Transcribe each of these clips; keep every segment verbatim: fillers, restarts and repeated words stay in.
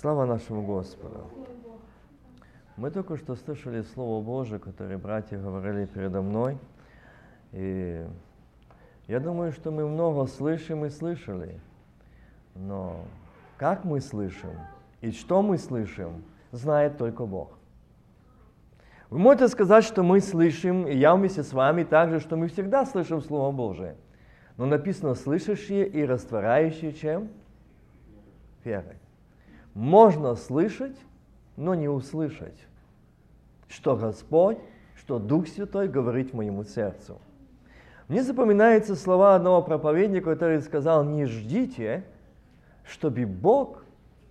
Слава нашему Господу! Мы только что слышали Слово Божие, которое братья говорили передо мной. И я думаю, что мы много слышим и слышали. Но как мы слышим и что мы слышим, знает только Бог. Вы можете сказать, что мы слышим, и я вместе с вами также, что мы всегда слышим Слово Божие. Но написано «слышащие и растворяющие» чем? Верой. Можно слышать, но не услышать, что Господь, что Дух Святой говорит моему сердцу. Мне запоминаются слова одного проповедника, который сказал: не ждите, чтобы Бог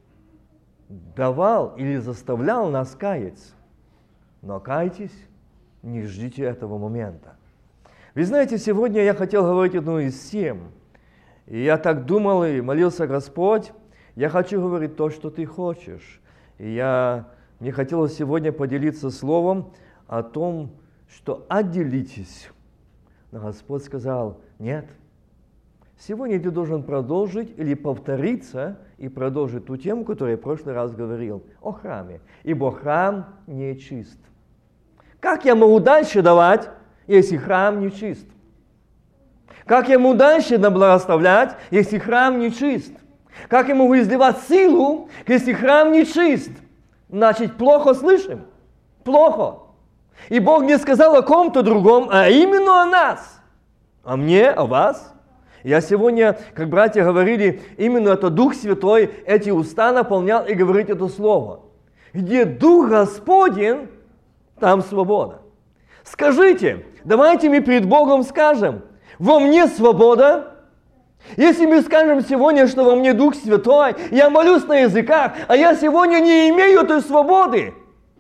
давал или заставлял нас каяться. Но кайтесь, не ждите этого момента. Вы знаете, сегодня я хотел говорить одну из тем. И я так думал и молился: Господь, я хочу говорить то, что Ты хочешь. И я, мне хотелось сегодня поделиться словом о том, что отделитесь. Но Господь сказал: нет. Сегодня ты должен продолжить или повториться и продолжить ту тему, которую я в прошлый раз говорил, о храме. Ибо храм не чист. Как я могу дальше давать, если храм не чист? Как я могу дальше благословлять, если храм не чист? Как я могу изливать силу, если храм не чист? Значит, плохо слышим. Плохо. И Бог не сказал о ком-то другом, а именно о нас. О мне, о вас. Я сегодня, как братья говорили, именно это Дух Святой эти уста наполнял и говорит это слово. Где Дух Господень, там свобода. Скажите, давайте мы перед Богом скажем: во мне свобода. Если мы скажем сегодня, что во мне Дух Святой, я молюсь на языках, а я сегодня не имею этой свободы,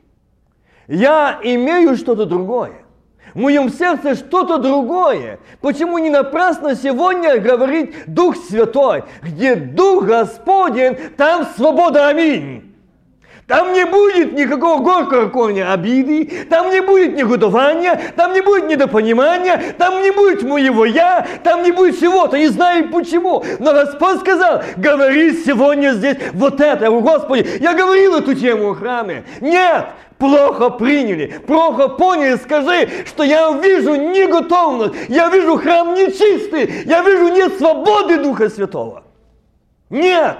я имею что-то другое. В моем сердце что-то другое. Почему не напрасно сегодня говорит Дух Святой? Где Дух Господень, там свобода. Аминь. Там не будет никакого горького корня обиды, там не будет негодования, там не будет недопонимания, там не будет моего «я», там не будет чего-то, не знаю почему. Но Господь сказал: говори сегодня здесь вот это. Господи, я говорил эту тему о храме. Нет, плохо приняли, плохо поняли. Скажи, что я вижу неготовность, я вижу храм нечистый, я вижу нет свободы Духа Святого. Нет.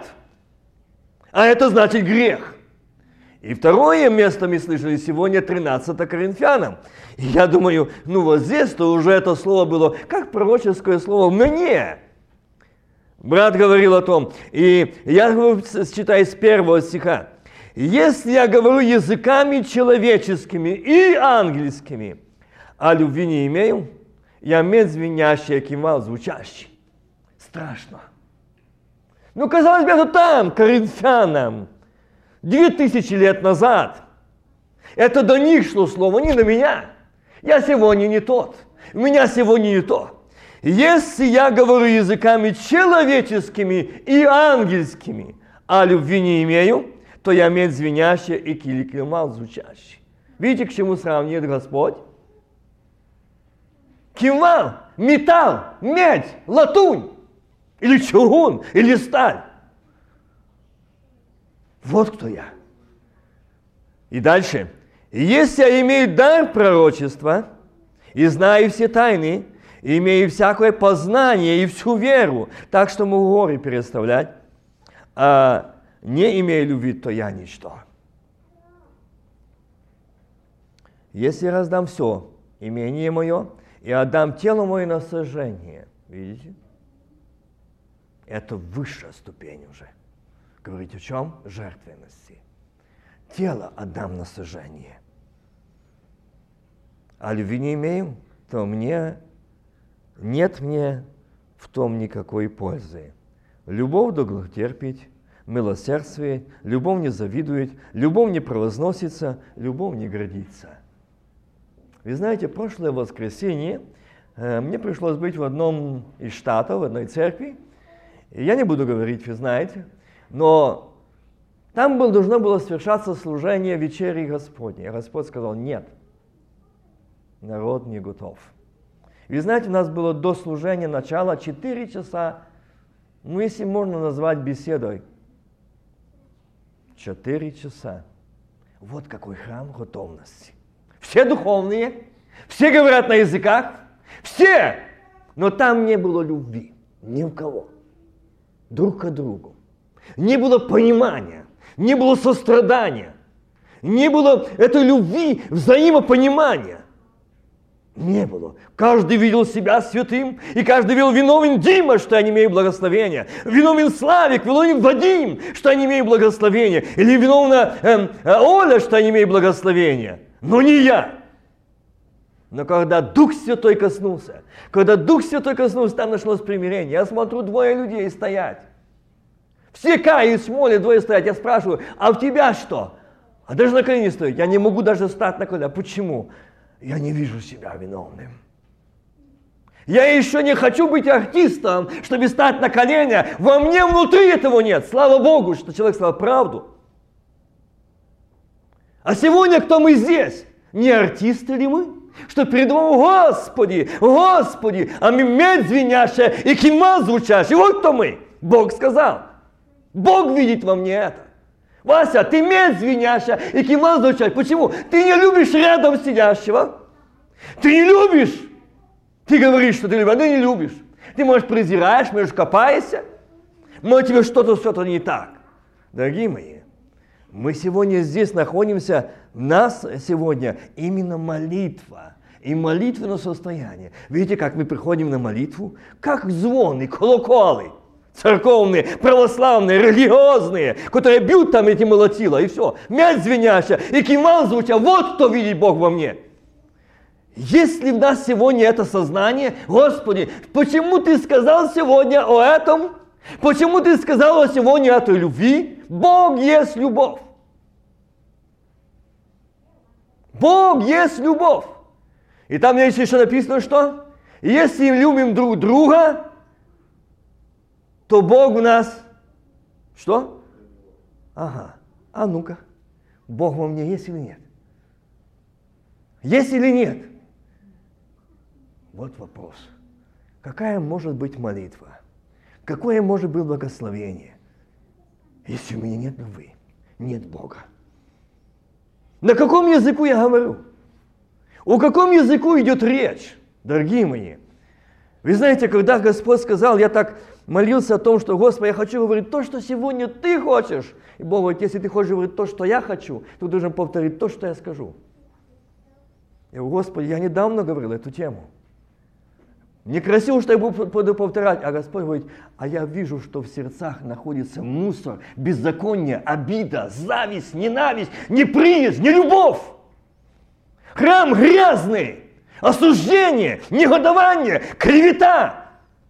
А это значит грех. И второе место мы слышали сегодня, тринадцатое Коринфянам. И я думаю, ну вот здесь-то уже это слово было как пророческое слово мне. Брат говорил о том, и я читаю с первого стиха. Если я говорю языками человеческими и ангельскими, а любви не имею, я меч звенящий, а кимвал звучащий. Страшно. Ну, казалось бы, это там, Коринфянам. Две тысячи лет назад. Это до них шло слово, не до меня. Я сегодня не тот. У меня сегодня не то. Если я говорю языками человеческими и ангельскими, а любви не имею, то я меч звенящий и киликимал звучащий. Видите, к чему сравнивает Господь? Кимвал, металл, медь, латунь, или чугун, или сталь. Вот кто я. И дальше. Если я имею дар пророчества, и знаю все тайны, и имею всякое познание и всю веру, так что могу горы переставлять, а не имею любви, то я ничто. Если я раздам все имение мое, и отдам тело мое на сожжение, видите? Это высшая ступень уже. Говорить о чем? Жертвенности. Тело отдам на сожжение. А любви не имею, то мне нет мне в том никакой пользы. Любовь долготерпит, милосердствует, любовь не завидует, любовь не превозносится, любовь не гордится. Вы знаете, прошлое воскресенье э, мне пришлось быть в одном из штатов, в одной церкви. И я не буду говорить, вы знаете, но там было, должно было совершаться служение вечери Господней. Господь сказал: нет, народ не готов. Вы знаете, у нас было до служения начала четыре часа, ну если можно назвать беседой. Четыре часа. Вот какой храм готовности. Все духовные, все говорят на языках, все, но там не было любви ни у кого, друг к другу. Не было понимания, не было сострадания, не было этой любви, взаимопонимания. Не было. Каждый видел себя святым, и каждый видел: виновен Дима, что я не имею благословения, виновен Славик, виновен Вадим, что я не имею благословения, или виновна э, э, Оля, что я не имею благословения, но не я. Но когда Дух Святой коснулся, когда Дух Святой коснулся, там нашлось примирение. Я смотрю, двое людей стоять. Все каюсь, молят, двое стоять. Я спрашиваю: а в тебя что? А даже на колени стоять. Я не могу даже встать на колени. Почему? Я не вижу себя виновным. Я еще не хочу быть артистом, чтобы стать на колени. Во мне внутри этого нет. Слава Богу, что человек сказал правду. А сегодня кто мы здесь? Не артисты ли мы? Что перед Богом: Господи, Господи, а мы медь звенящая и кимал звучащий. Вот кто мы. Бог сказал. Бог видит во мне это. Вася, ты медь звенящая и кимал звучащий. Почему? Ты не любишь рядом сидящего. Ты не любишь. Ты говоришь, что ты любишь, а ты не любишь. Ты, может, презираешь, может, копаешься. Но тебе что-то что-то не так. Дорогие мои, мы сегодня здесь находимся, у нас сегодня именно молитва и молитвенное состояние. Видите, как мы приходим на молитву? Как звоны, колоколы церковные, православные, религиозные, которые бьют там эти молотила, и все. Медь звенящая, и кимвал звучат. Вот кто видит Бог во мне. Если в нас сегодня это сознание: Господи, почему Ты сказал сегодня о этом? Почему Ты сказал сегодня о этой любви? Бог есть любовь. Бог есть любовь. И там есть еще написано, что если любим друг друга, то Бог у нас что? Ага. А ну-ка, Бог во мне есть или нет? Есть или нет? Вот вопрос. Какая может быть молитва? Какое может быть благословение, если у меня нет любви, нет Бога? На каком языку я говорю? О каком языку идет речь, дорогие мои? Вы знаете, когда Господь сказал, я так молился о том, что: Господи, я хочу говорить то, что сегодня Ты хочешь. И Бог говорит: если Ты хочешь говорить то, что я хочу, то Ты должен повторить то, что я скажу. Я говорю: Господи, я недавно говорил эту тему. Некрасиво, что я буду повторять. А Господь говорит: а я вижу, что в сердцах находится мусор, беззаконие, обида, зависть, ненависть, неприязнь, нелюбовь. Храм грязный, осуждение, негодование, клевета.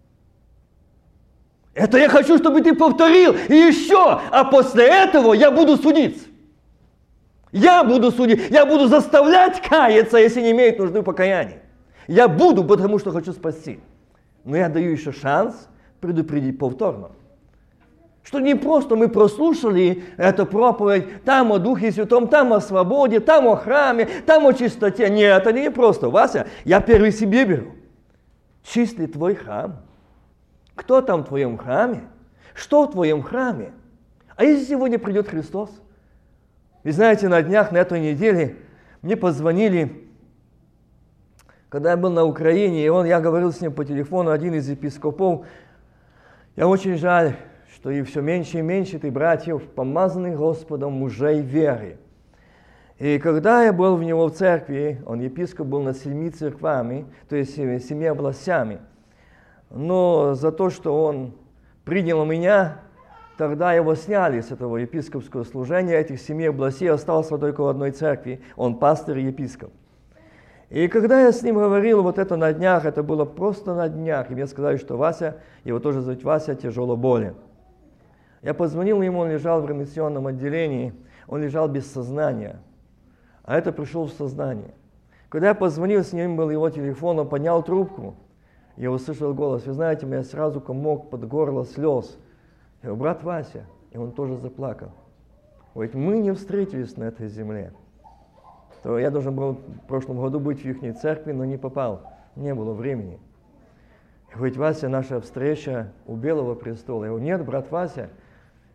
Это я хочу, чтобы ты повторил и еще, а после этого я буду судить. Я буду судить, я буду заставлять каяться, если не имеет нужды покаяния. Я буду, потому что хочу спасти. Но я даю еще шанс предупредить повторно. Что не просто мы прослушали эту проповедь, там о Духе Святом, там о свободе, там о храме, там о чистоте. Нет, это не просто. Вася, я первый себе беру. Чист ли твой храм? Кто там в твоем храме? Что в твоем храме? А если сегодня придет Христос? Вы знаете, на днях, на этой неделе мне позвонили, когда я был на Украине, и он, я говорил с ним по телефону, один из епископов. Я очень жаль, что и все меньше и меньше ты, братьев, помазанных Господом мужей веры. И когда я был в него в церкви, он епископ был над семи церквами, то есть семи областями. Но за то, что он принял меня, тогда его сняли с этого епископского служения, этих семи областей, остался только в одной церкви. Он пастор и епископ. И когда я с ним говорил вот это на днях, это было просто на днях, и мне сказали, что Вася, его тоже зовут Вася, тяжело болен. Я позвонил ему, он лежал в ремиссионном отделении, он лежал без сознания, а это пришел в сознание. Когда я позвонил, с ним был его телефон, он поднял трубку, я услышал голос: вы знаете, у меня сразу комок под горло слез. Я говорю: брат Вася, и он тоже заплакал. Говорит: мы не встретились на этой земле. То я должен был в прошлом году быть в их церкви, но не попал, не было времени. И говорит: Вася, наша встреча у Белого престола. Я говорю: нет, брат Вася.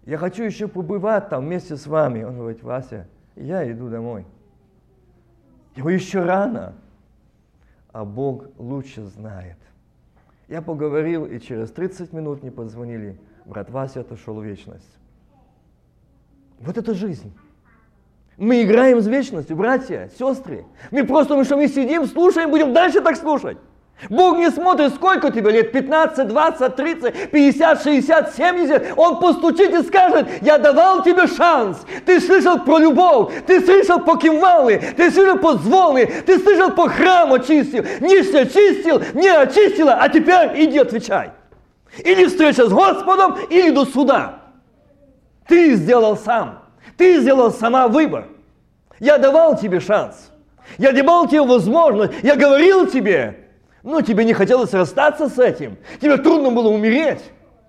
Я хочу еще побывать там вместе с вами. Он говорит: Вася, я иду домой. Его еще рано, а Бог лучше знает. Я поговорил, и через тридцать минут мне позвонили: брат Вася отошел в вечность. Вот это жизнь. Мы играем с вечностью, братья, сестры. Мы просто, мы что, мы сидим, слушаем, будем дальше так слушать. Бог не смотрит, сколько тебе лет, пятнадцать, двадцать, тридцать, пятьдесят, шестьдесят, семьдесят. Он постучит и скажет: я давал тебе шанс. Ты слышал про любовь, ты слышал по кимвалы, ты слышал по звоны, ты слышал по храму чистил. Не очистил, не очистила, а теперь иди отвечай. Или встреча с Господом, или до суда. Ты сделал сам, ты сделал сама выбор. Я давал тебе шанс, я давал тебе возможность, я говорил тебе. Но тебе не хотелось расстаться с этим. Тебе трудно было умереть.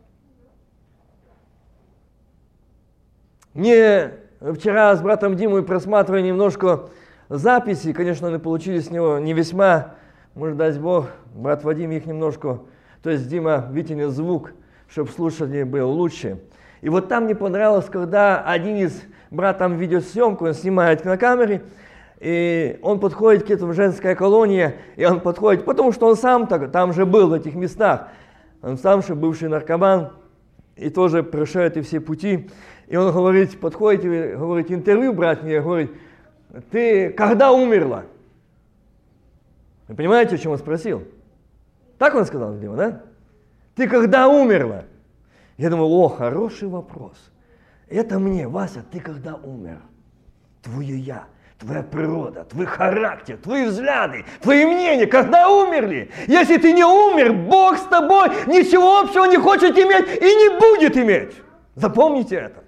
Мне вчера с братом Димой просматривали немножко записи. Конечно, они получились с него не весьма. Может, даст Бог, брат Вадим их немножко, то есть Дима вытянет звук, чтобы слушание было лучше. И вот там мне понравилось, когда один из брат там видеосъемку, он снимает на камере, и он подходит к этому женской колонии, и он подходит, потому что он сам так, там же был в этих местах. Он сам же бывший наркоман, и тоже прошел эти все пути. И он говорит, подходит, и говорит, интервью брать мне, говорит: ты когда умерла? Вы понимаете, о чем он спросил? Так он сказал, Дима, да? Ты когда умерла? Я думаю: о, хороший вопрос. Это мне, Вася, ты когда умер? Твое я. Твоя природа, твой характер, твои взгляды, твои мнения, когда умерли. Если ты не умер, Бог с тобой ничего общего не хочет иметь и не будет иметь. Запомните это.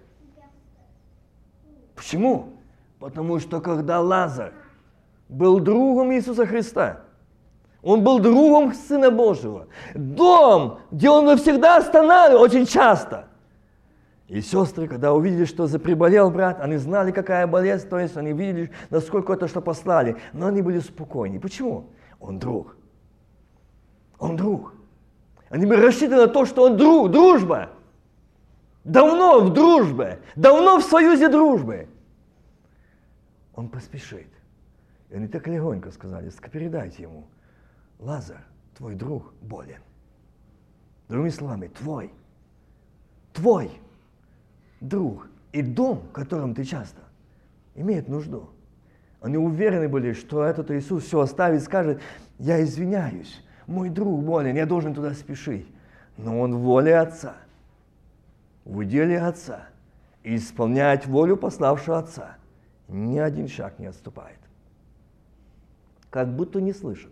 Почему? Потому что когда Лазарь был другом Иисуса Христа, он был другом Сына Божьего, дом, где он навсегда останавливал очень часто. И сестры, когда увидели, что заприболел брат, они знали, какая болезнь, то есть они видели, насколько это что послали, но они были спокойны. Почему? Он друг. Он друг. Они были рассчитаны на то, что он друг, дружба. Давно в дружбе, давно в союзе дружбы. Он поспешит. И они так легонько сказали: передайте ему: Лазарь, твой друг болен. Другими словами, твой, твой друг и дом, в котором ты часто, имеет нужду. Они уверены были, что этот Иисус все оставит и скажет: я извиняюсь, мой друг болен, я должен туда спешить. Но он в воле Отца, в уделе Отца, и исполняет волю пославшего Отца. Ни один шаг не отступает. Как будто не слышит.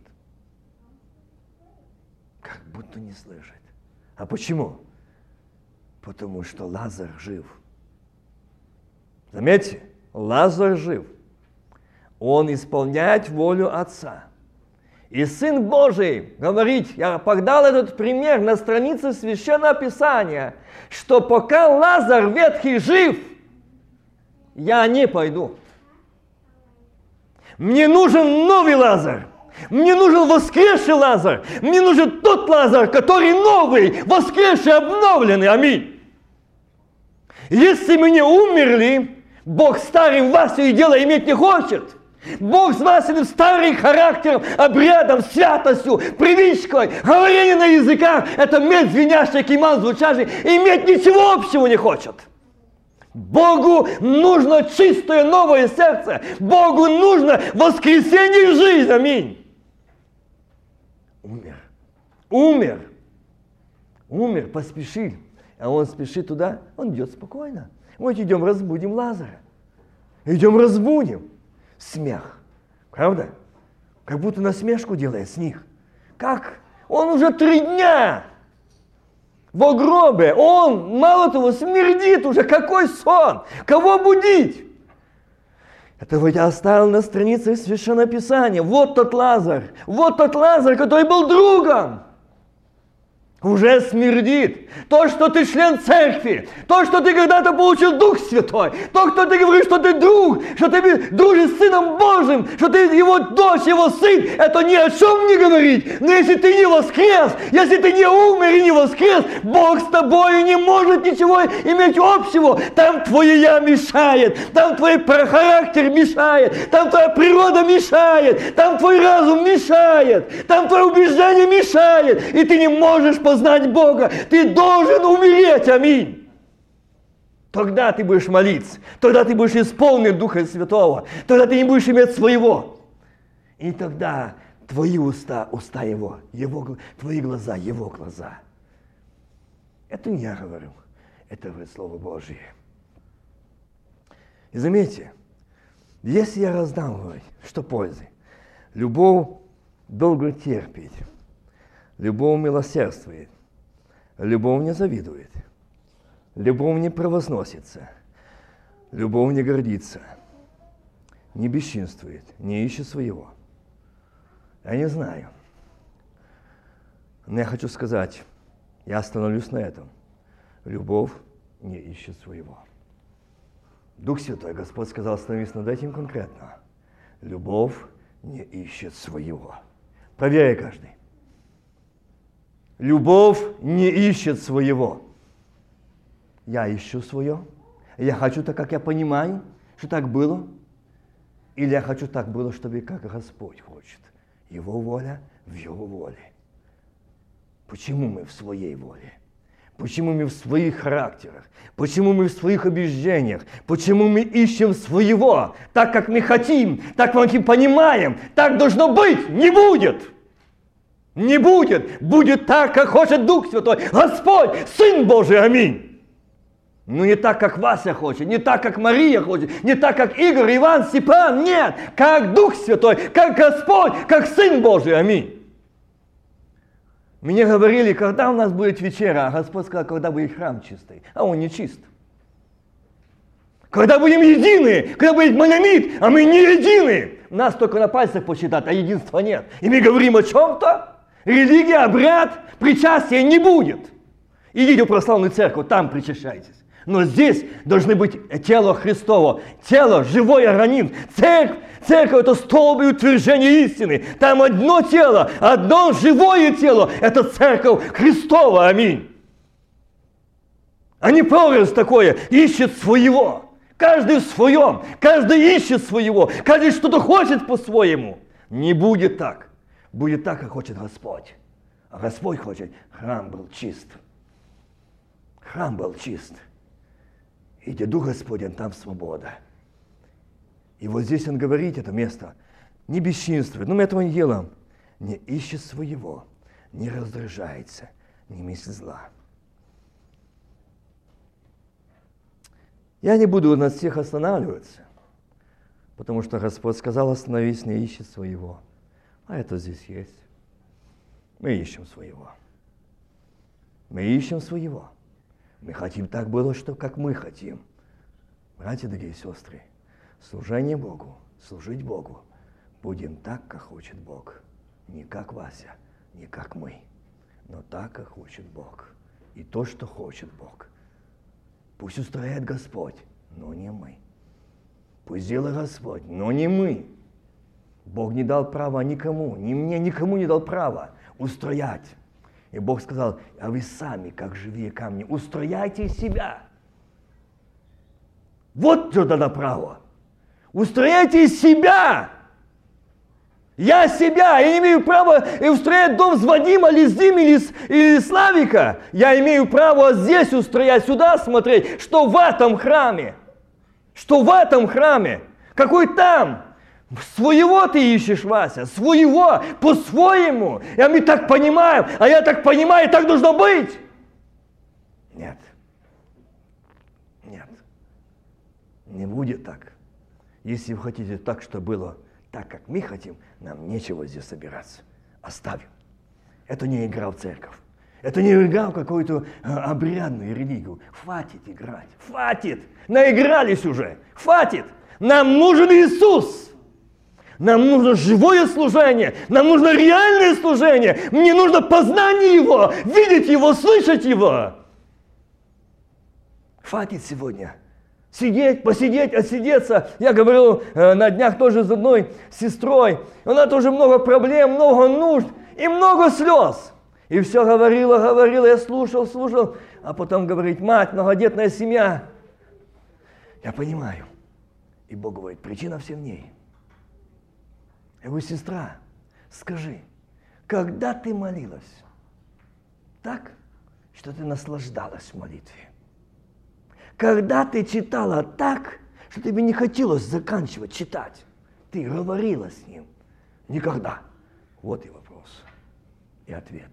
Как будто не слышит. А почему? Потому что Лазарь жив. Заметьте, Лазарь жив. Он исполняет волю Отца. И Сын Божий говорит, я подал этот пример на странице Священного Писания, что пока Лазарь ветхий жив, я не пойду. Мне нужен новый Лазарь. Мне нужен воскресший Лазарь. Мне нужен тот Лазарь, который новый, воскресший, обновленный. Аминь. Если мы не умерли, Бог старым Васю и дело иметь не хочет. Бог с Васиным старым характером, обрядом, святостью, привычкой, говорение на языках, это медь звенящая, киман звучащий, иметь ничего общего не хочет. Богу нужно чистое новое сердце. Богу нужно воскресение и жизнь. Аминь. Умер. Умер. Умер, поспешил. А он спешит туда, он идет спокойно. Вот идем разбудим Лазаря. Идем разбудим. Смех. Правда? Как будто насмешку делает с них. Как? Он уже три дня в гробе. Он, мало того, смердит уже. Какой сон? Кого будить? Это вот я оставил на странице Священного Писания. Вот тот Лазарь. Вот тот Лазарь, который был другом. Уже смердит. То, что ты член церкви, то, что ты когда-то получил Дух Святой, то, что ты говоришь, что ты друг, что ты дружишь с Сыном Божьим, что ты его дочь, его сын, это ни о чем не говорит. Но если ты не воскрес, если ты не умер и не воскрес, Бог с тобой не может ничего иметь общего. Там твое я мешает, там твой характер мешает, там твоя природа мешает, там твой разум мешает, там твое убеждение мешает, и ты не можешь познать Бога. Ты должен умереть, аминь. Тогда ты будешь молиться, тогда ты будешь исполнен Духа Святого, тогда ты не будешь иметь своего. И тогда твои уста, уста Его, его твои глаза, Его глаза. Это не я говорю, это говорит Слово Божие. И заметьте, если я раздам, говорить, что пользы? Любовь долго терпит. Любовь милосердствует, любовь не завидует, любовь не превозносится, любовь не гордится, не бесчинствует, не ищет своего. Я не знаю, но я хочу сказать, я остановлюсь на этом. Любовь не ищет своего. Дух Святой, Господь сказал, остановись над этим конкретно. Любовь не ищет своего. Проверяй каждый. Любовь не ищет своего. Я ищу свое. Я хочу так, как я понимаю, что так было. Или я хочу так было, чтобы как Господь хочет. Его воля в Его воле. Почему мы в своей воле? Почему мы в своих характерах? Почему мы в своих убеждениях? Почему мы ищем своего? Так, как мы хотим, так, как мы понимаем. Так должно быть. Не будет. Не будет. Будет так, как хочет Дух Святой. Господь, Сын Божий, аминь. Ну не так, как Вася хочет, не так, как Мария хочет, не так, как Игорь, Иван, Степан. Нет, как Дух Святой, как Господь, как Сын Божий, аминь. Мне говорили, когда у нас будет вечера, а Господь сказал, когда будет храм чистый, а он не чист. Когда будем едины, когда будет монолит, а мы не едины. Нас только на пальцах посчитать, а единства нет. И мы говорим о чем-то. Религия, обряд, причастия не будет. Идите в православную церковь, там причащайтесь. Но здесь должны быть тело Христово, тело, живой организм. Церковь, церковь – это столб и утверждение истины. Там одно тело, одно живое тело – это церковь Христова, аминь. А не прорез такое, ищет своего. Каждый в своем, каждый ищет своего, каждый что-то хочет по-своему. Не будет так. Будет так, как хочет Господь. А Господь хочет, храм был чист. Храм был чист. И где Дух Господень, там свобода. И вот здесь Он говорит, это место, не бесчинствует, но мы этого не делаем. Не ищет своего, не раздражается, не мыслит зла. Я не буду на всех останавливаться, потому что Господь сказал, остановись, не ищет своего. А это здесь есть. Мы ищем своего. Мы ищем своего. Мы хотим так было, что как мы хотим. Братья, дорогие сестры, служение Богу, служить Богу будем так, как хочет Бог. Не как Вася, не как мы, но так, как хочет Бог. И то, что хочет Бог. Пусть устрояет Господь, но не мы. Пусть делает Господь, но не мы. Бог не дал права никому, ни мне, никому не дал права устроять. И Бог сказал, а вы сами, как живые камни, устрояйте себя. Вот что дано право. Устрояйте себя. Я себя, я не имею права устроять дом с Вадима, или с Димы, или, с, или Славика. Я имею право здесь устроять, сюда смотреть, что в этом храме. Что в этом храме. Какой там. Своего ты ищешь, Вася, своего, по-своему. И мы так понимаем, а я так понимаю, так должно быть. Нет. Нет. Не будет так. Если вы хотите так, что было так, как мы хотим, нам нечего здесь собираться. Оставим. Это не игра в церковь. Это не игра в какую-то обрядную религию. Хватит играть. Хватит. Наигрались уже. Хватит. Нам нужен Иисус. Нам нужно живое служение, нам нужно реальное служение. Мне нужно познание Его, видеть Его, слышать Его. Хватит сегодня сидеть, посидеть, отсидеться. Я говорил э, на днях тоже с одной сестрой. У нас тоже много проблем, много нужд и много слез. И все говорила, говорила, я слушал, слушал. А потом говорит: мать, многодетная семья. Я понимаю. И Бог говорит: причина все в ней. Я говорю: сестра, скажи, когда ты молилась так, что ты наслаждалась в молитве? Когда ты читала так, что тебе не хотелось заканчивать читать, ты говорила с Ним? Никогда. Вот и вопрос, и ответ.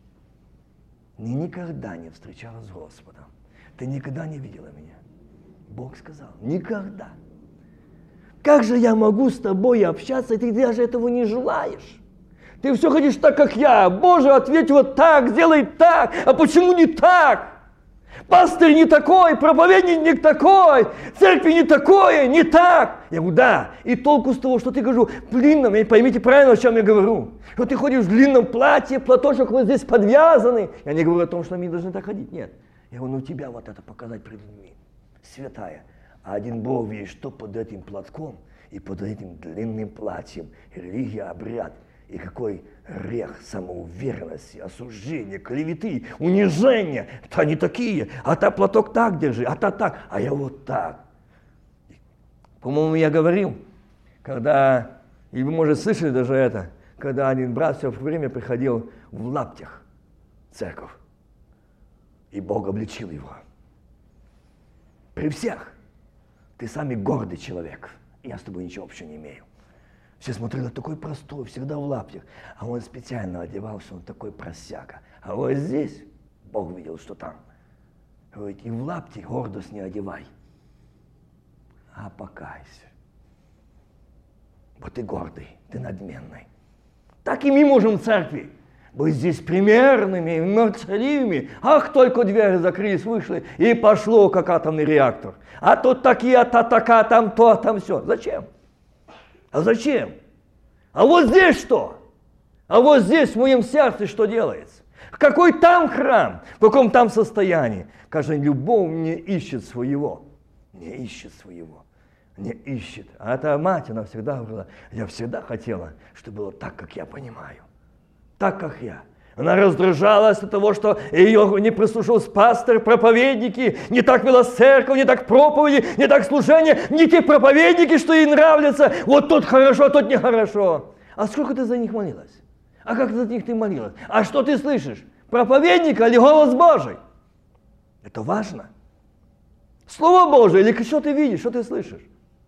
Ты никогда не встречалась с Господом. Ты никогда не видела меня. Бог сказал: никогда. Как же я могу с тобой общаться, и ты даже этого не желаешь? Ты все хочешь так, как я. Боже, ответь вот так, сделай так. А почему не так? Пастырь не такой, проповедник не такой, церкви не такое, не так. Я говорю: да. И толку с того, что ты говорю в длинном, и поймите правильно, о чем я говорю. Что ты ходишь в длинном платье, платочек вот здесь подвязанный. Я не говорю о том, что мы должны так ходить, нет. Я говорю: ну тебя вот это показать перед людьми. Святая. А один Бог видит, что под этим платком и под этим длинным платьем. Религия, обряд. И какой грех самоуверенности, осуждения, клеветы, унижения. Это они такие, а та платок так держи, а та так, а я вот так. По-моему, я говорил, когда, и вы, может, слышали даже это, когда один брат все время приходил в лаптях в церковь, и Бог обличил его. При всех. Ты самый гордый человек, и я с тобой ничего общего не имею. Все смотрели: такой простой, всегда в лаптях. А он специально одевался, он такой просяка. А вот здесь Бог видел, что там. Говорит: и в лапти гордость не одевай, а покайся. Вот ты гордый, ты надменный. Так и мы можем в церкви быть здесь примерными, молчаливыми. Ах, только двери закрылись, вышли, и пошло, как атомный реактор. А тут такие, а та така, там то, там все. Зачем? А зачем? А вот здесь что? А вот здесь, в моем сердце, что делается? Какой там храм? В каком там состоянии? Каждый любовь не ищет своего. Не ищет своего. Не ищет. А эта мать, она всегда говорила: я всегда хотела, чтобы было так, как я понимаю. Так, как я. Она раздражалась от того, что ее не прислушался пастор, проповедники, не так вела церковь, не так проповеди, не так служение, не те проповедники, что ей нравятся. Вот тот хорошо, а тот нехорошо. А сколько ты за них молилась? А как за них ты молилась? А что ты слышишь? Проповедника или голос Божий? Это важно. Слово Божие или что ты видишь, что ты слышишь?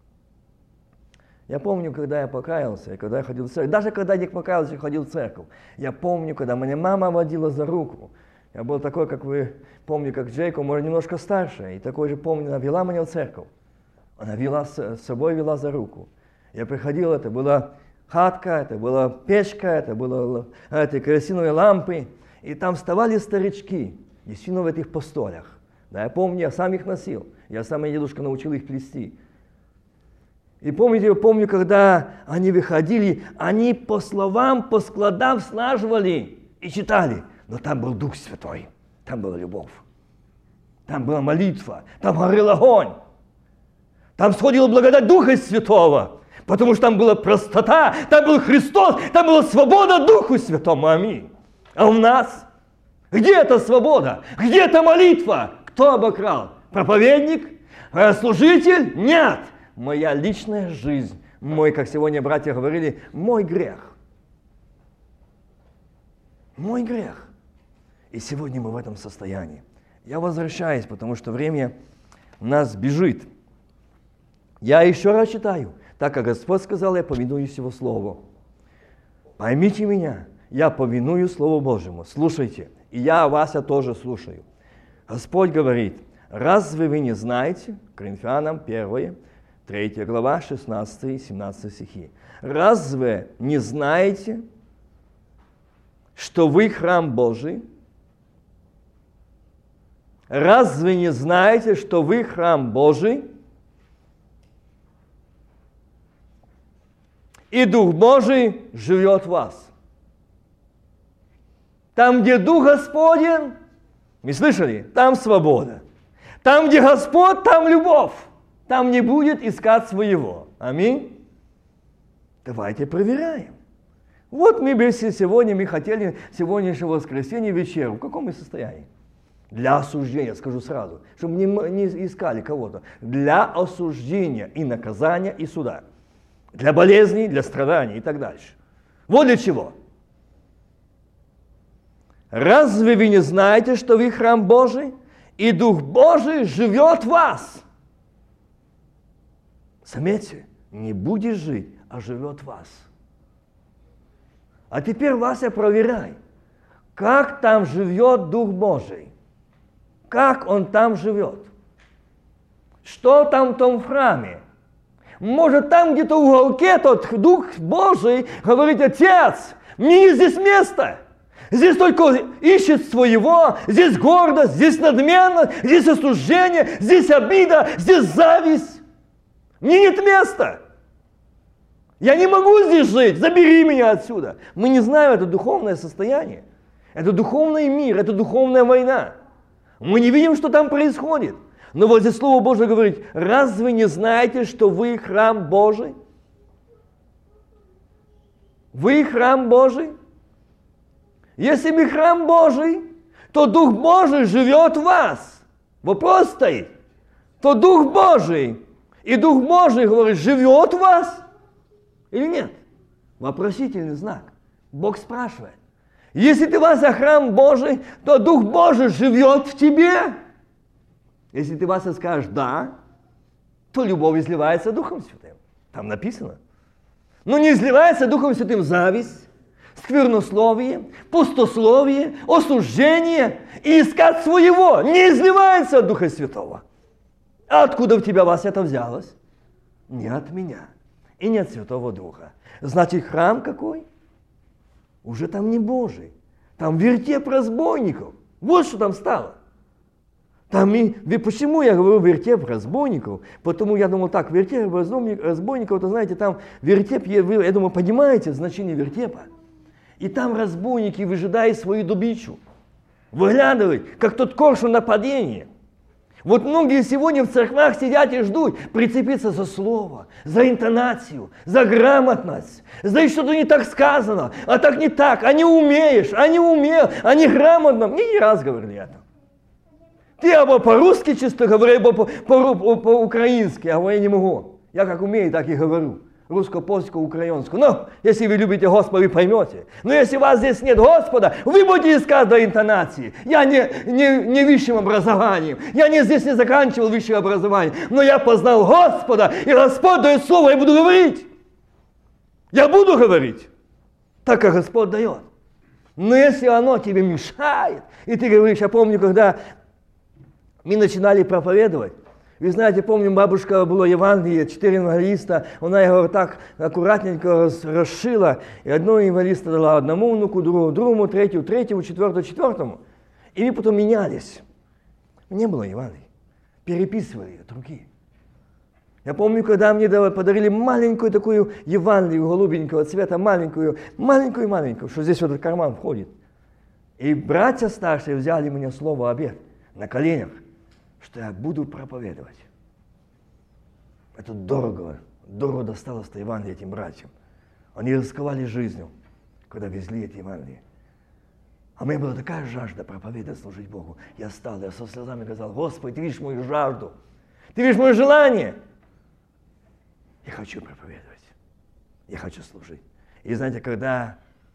Я помню, когда я покаялся, и когда я ходил в церковь, даже когда я не покаялся, я ходил в церковь. Я помню, когда меня мама водила за руку. Я был такой, как вы помните, как Джейкоб, может, немножко старше. И такой же помню, она вела меня в церковь. Она вела с собой, вела за руку. Я приходил, это была хатка, это была печка, это были эти керосиновые лампы. И там вставали старички, действительно в этих постолях. Да, я помню, я сам их носил. Я сам, и дедушка научил их плести. И помните, я помню, когда они выходили, они по словам, по складам слаживали и читали. Но там был Дух Святой, там была любовь, там была молитва, там горел огонь. Там сходила благодать Духа Святого, потому что там была простота, там был Христос, там была свобода Духу Святому. Аминь. А у нас? Где эта свобода? Где эта молитва? Кто обокрал? Проповедник? Служитель? Нет. Моя личная жизнь, мой, как сегодня братья говорили, мой грех. Мой грех. И сегодня мы в этом состоянии. Я возвращаюсь, потому что время у нас бежит. Я еще раз читаю. Так как Господь сказал, я повинуюсь Его Слову. Поймите меня, я повинуюсь Слову Божьему. Слушайте. И я вас я тоже слушаю. Господь говорит: разве вы не знаете, Коринфянам первое, третья глава, шестнадцатый и семнадцатый стихи. Разве не знаете, что вы храм Божий? Разве не знаете, что вы храм Божий? и Дух Божий живет в вас. Там, где Дух Господень, вы слышали? Там свобода. Там, где Господь, там любовь. Там не будет искать своего. Аминь. Давайте проверяем. Вот мы бы сегодня, мы хотели сегодняшнего воскресенья вечеру. В каком мы состоянии? Для осуждения, скажу сразу, чтобы не, не искали кого-то. Для осуждения и наказания и суда. Для болезней, для страданий и так дальше. Вот для чего. Разве вы не знаете, что вы храм Божий, и Дух Божий живет в вас? Заметьте, не будешь жить, а живет в вас. А теперь, Вася, проверяй, как там живет Дух Божий. Как Он там живет. Что там в том храме? Может, там где-то в уголке тот Дух Божий говорит: Отец, мне не здесь место. Здесь только ищет своего, здесь гордость, здесь надменность, здесь осуждение, здесь обида, здесь зависть. Мне нет места. Я не могу здесь жить, забери меня отсюда. Мы не знаем это духовное состояние. Это духовный мир, это духовная война. Мы не видим, что там происходит. Но вот здесь Слово Божие говорит: разве вы не знаете, что вы храм Божий? Вы храм Божий? Если мы храм Божий, то Дух Божий живет в вас. Вопрос стоит. То Дух Божий, и Дух Божий, говорит, живет в вас или нет? Вопросительный знак. Бог спрашивает. Если ты, Вася, храм Божий, то Дух Божий живет в тебе. Если ты, Вася, скажешь «да», то любовь изливается Духом Святым. Там написано. Но не изливается Духом Святым зависть, сквернословие, пустословие, осуждение и искать своего. Не изливается от Духа Святого. А откуда в тебя, Вася, это взялось? Не от меня и не от Святого Духа. Значит, храм какой? Уже там не Божий. Там вертеп разбойников. Вот что там стало. Там и, почему я говорю вертеп разбойников? Потому я думал так, вертеп разбойников, это знаете, там вертеп, вы, я думаю, понимаете значение вертепа? И там разбойники выжидают свою добычу. Выглядывают, как тот коршун нападения. Вот многие сегодня в церквах сидят и ждут прицепиться за слово, за интонацию, за грамотность, за что-то не так сказано, а так не так, а не умеешь, а не умел, а не грамотно. Мне не раз говорили это. Ты або по-русски чисто говори, або по-украински, а я не могу. Я как умею, так и говорю. Русско-польскую, украинскую. Но если вы любите Господа, вы поймете. Но если у вас здесь нет Господа, вы будете искать до интонации. Я не, не, не высшим образованием. Я не, здесь не заканчивал высшее образование. Но я познал Господа, и Господь дает слово, я буду говорить. Я буду говорить, так как Господь дает. Но если оно тебе мешает, и ты говоришь, я помню, когда мы начинали проповедовать, вы знаете, помню, бабушка было Евангелие, четыре евангелиста, она его так аккуратненько расшила, и одного евангелиста дала одному внуку, другому, другому, третьему, третьему, четвертому, четвертому. И мы потом менялись. Не было Евангелия. Переписывали от руки. Я помню, когда мне подарили маленькую такую Евангелию голубенького цвета, маленькую, маленькую-маленькую, что здесь в этот карман входит. И братья старшие взяли мне слово обет на коленях, что я буду проповедовать. Это дорого, дорого досталось-то Евангелие этим братьям. Они рисковали жизнью, когда везли эти Евангелия. А у меня была такая жажда проповедовать, служить Богу. Я стал, я со слезами сказал: Господи, ты видишь мою жажду, ты видишь мое желание. Я хочу проповедовать, я хочу служить. И знаете, когда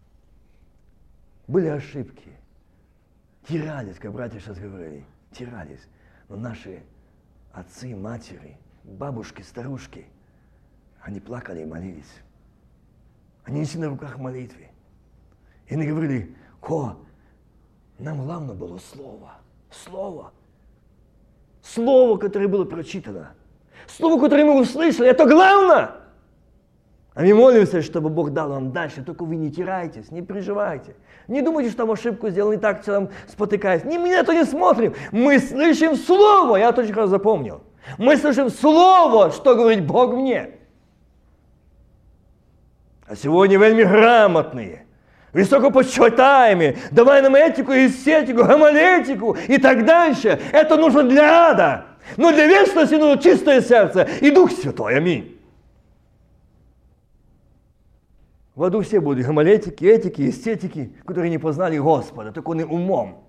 были ошибки, тирались, как братья сейчас говорили, тирались. Но наши отцы, матери, бабушки, старушки, они плакали и молились. Они несли на руках молитвы. И они говорили: Ко, нам главное было слово. Слово. Слово, которое было прочитано. Слово, которое мы услышали, это главное. А мы молимся, чтобы Бог дал вам дальше. Только вы не тирайтесь, не переживайте. Не думайте, что там ошибку сделал, не так, что там спотыкаясь. Не, мы на это не смотрим. Мы слышим Слово. Я очень хорошо запомнил. Мы слышим Слово, что говорит Бог мне. А сегодня вельми грамотные, высокопочитаемые, давай нам этику, эстетику, гомолетику и так дальше. Это нужно для ада. Но для вечности нужно чистое сердце и Дух Святой. Аминь. В аду все будут гомолетики, этики, эстетики, которые не познали Господа, только он и умом.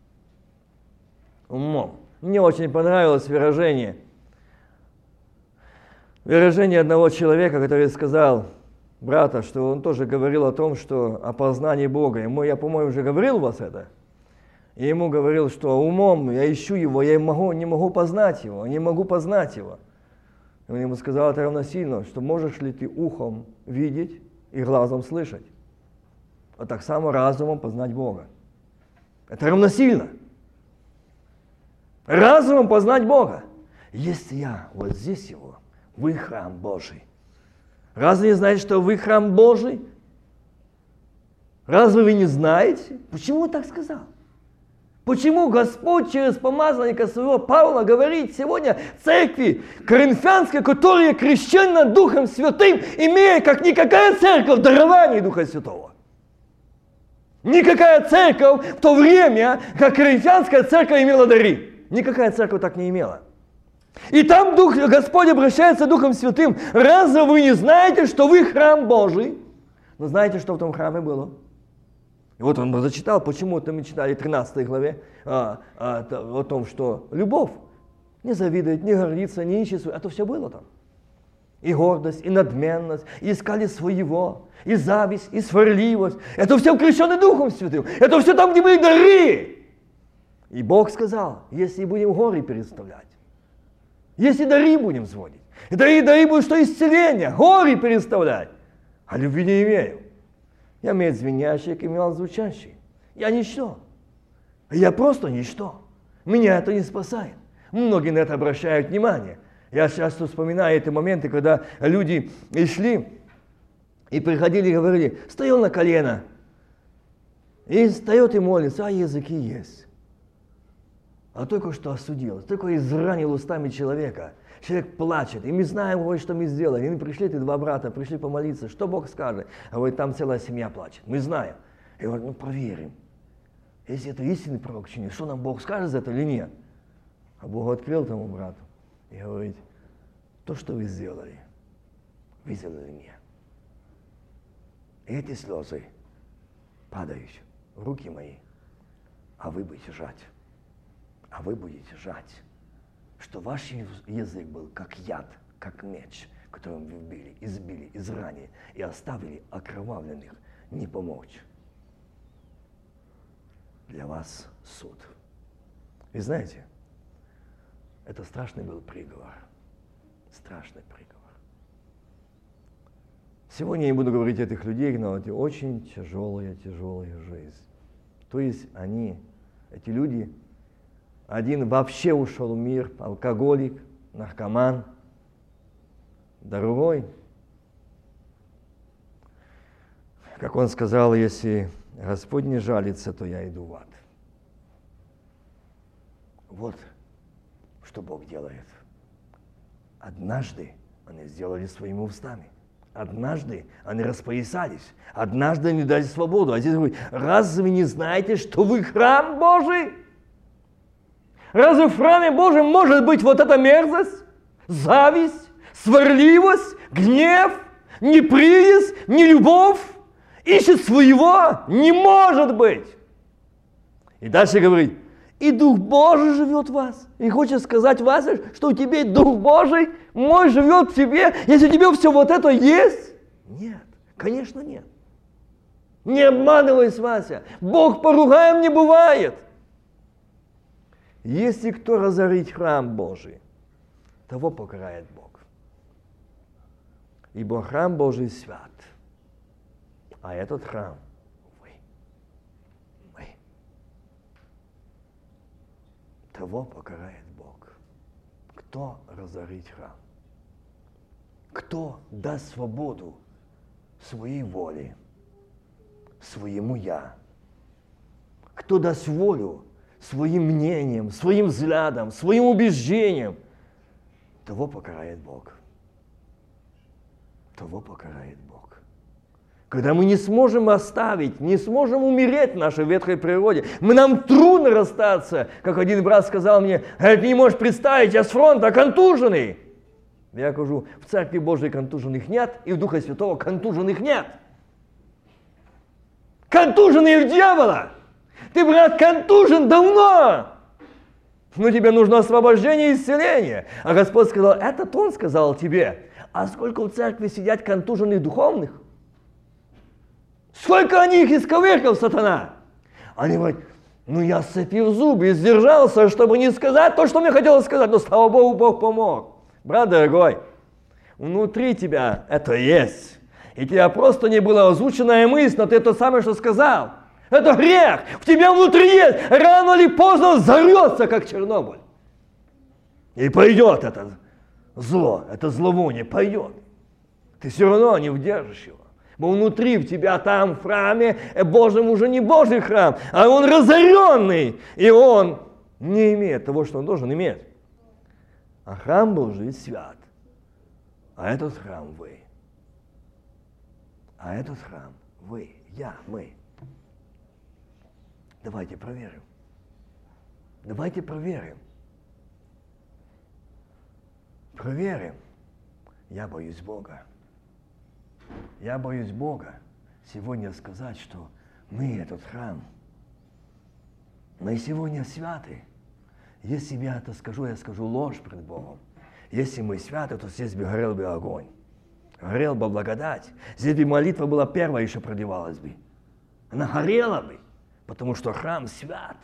Умом. Мне очень понравилось выражение. Выражение одного человека, который сказал, брата, что он тоже говорил о том, что о познании Бога. Ему, я, по-моему, уже говорил вас это. И ему говорил, что умом я ищу его, я могу, не могу познать его, не могу познать его. И он ему сказал, это равносильно, что можешь ли ты ухом видеть и глазом слышать. А так само разумом познать Бога. Это равносильно. Разумом познать Бога. Если я вот здесь его, вы храм Божий. Разве не знаете, что вы храм Божий? Разве вы не знаете? Почему он так сказал? Почему Господь через помазанника своего Павла говорит сегодня церкви коринфянской, которая крещена Духом Святым, имея как никакая церковь дарование Духа Святого? Никакая церковь в то время, как коринфянская церковь имела дары. Никакая церковь так не имела. И там Дух, Господь обращается Духом Святым. Разве вы не знаете, что вы храм Божий? Но знаете, что в том храме было? И вот он зачитал, почему-то мы читали в тринадцатой главе а, а, о том, что любовь не завидует, не гордится, не ищет своего. Это все было там. И гордость, и надменность, и искали своего, и зависть, и сварливость. Это все крещено Духом Святым. Это все там, где были дары. И Бог сказал, если будем горы переставлять, если дары будем сводить, и дары, дары будут, что исцеление, горы переставлять, а любви не имею. Я имею звенящий, и имел звучащий. Я ничто. Я просто ничто. Меня это не спасает. Многие на это обращают внимание. Я часто вспоминаю эти моменты, когда люди шли и приходили и говорили, стоял на колено, и встает и молится, а языки есть. А только что осудил, только изранил устами человека. Человек плачет, и мы знаем, ой, что мы сделали. И мы пришли, эти два брата, пришли помолиться, что Бог скажет. А вот там целая семья плачет. Мы знаем. И говорят, ну проверим. Если это истинный пророк, что нам Бог скажет за это или нет? А Бог открыл тому брату и говорит, то, что вы сделали, вы сделали мне. И эти слезы падают в руки мои, а вы будете жать. А вы будете жать, что ваш язык был как яд, как меч, которым вы били, избили, изранили и оставили окровавленных не помочь. Для вас суд. И знаете, это страшный был приговор. Страшный приговор. Сегодня я не буду говорить о этих людей, но это очень тяжелая, тяжелая жизнь. То есть они, эти люди, один вообще ушел в мир, алкоголик, наркоман. Другой, как он сказал, если Господь не жалится, то я иду в ад. Вот что Бог делает. Однажды они сделали своими устами. Однажды они распоясались. Однажды они дали свободу. А здесь говорит, разве вы не знаете, что вы храм Божий? Разве в храме Божьем может быть вот эта мерзость, зависть, сварливость, гнев, неприязнь, нелюбовь? Ищет своего? Не может быть! И дальше говорит, и Дух Божий живет в вас. И хочет сказать, Вася, что у тебя Дух Божий мой живет в тебе, если у тебя все вот это есть? Нет, конечно нет. Не обманывайся, Вася. Бог поругаем не бывает. Если кто разорит храм Божий, того покарает Бог. Ибо храм Божий свят, а этот храм вы. Мы. Того покарает Бог. Кто разорит храм? Кто даст свободу своей воле, своему «я»? Кто даст волю своим мнением, своим взглядом, своим убеждением, того покарает Бог. Того покарает Бог. когда мы не сможем оставить, не сможем умереть в нашей ветхой природе. Мы, нам трудно расстаться, как один брат сказал мне, ты не можешь представить, я с фронта контуженный. Я говорю, в Церкви Божьей контуженных нет, и в Духа Святого контуженных нет. Контуженный в дьявола. Ты, брат, контужен давно. Но тебе нужно освобождение и исцеление. А Господь сказал, это Он сказал тебе. А сколько в церкви сидят контуженных духовных? Сколько они их исковеркал, сатана? Они говорят, ну я сцепил зубы и сдержался, чтобы не сказать то, что мне хотелось сказать. Но слава Богу, Бог помог. Брат дорогой, внутри тебя это есть. И тебя просто не была озвученная мысль, но ты то самое, что сказал. Это грех. В тебя внутри есть. Рано или поздно взорвется, как Чернобыль. И пойдет это зло, это зловоние пойдет. Ты все равно не удержишь его. Бо внутри в тебя там в храме Божьем уже не Божий храм, а он разоренный. И он не имеет того, что он должен иметь. А храм Божий свят. А этот храм вы. А этот храм вы, я, мы. Давайте проверим. Давайте проверим. Проверим. Я боюсь Бога. Я боюсь Бога сегодня сказать, что мы этот храм. Мы сегодня святы. Если я это скажу, я скажу ложь пред Богом. Если мы святы, то здесь бы горел бы огонь. Горел бы благодать. Здесь бы молитва была первая, еще продевалась бы. Она горела бы, потому что храм свят.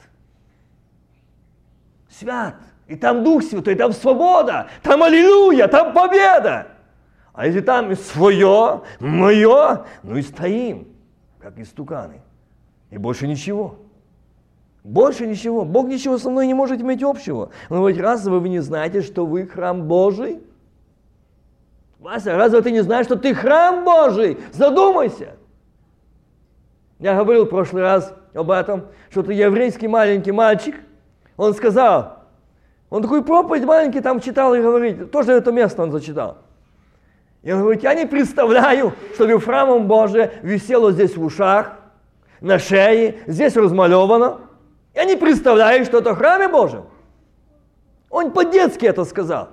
Свят. И там Дух Святой, там свобода, там аллилуйя, там победа. А если там свое, мое, ну и стоим, как истуканы. И больше ничего. Больше ничего. Бог ничего со мной не может иметь общего. Он говорит, разве вы не знаете, что вы храм Божий? Вася, разве ты не знаешь, что ты храм Божий? Задумайся. Я говорил в прошлый раз об этом, что ты еврейский маленький мальчик. Он сказал, он такую проповедь маленький там читал и говорит, тоже это место он зачитал. И он говорит, я не представляю, чтобы храмом Божие висело здесь в ушах, на шее, здесь размалевано. Я не представляю, что это в храме Божьем. Он по-детски это сказал.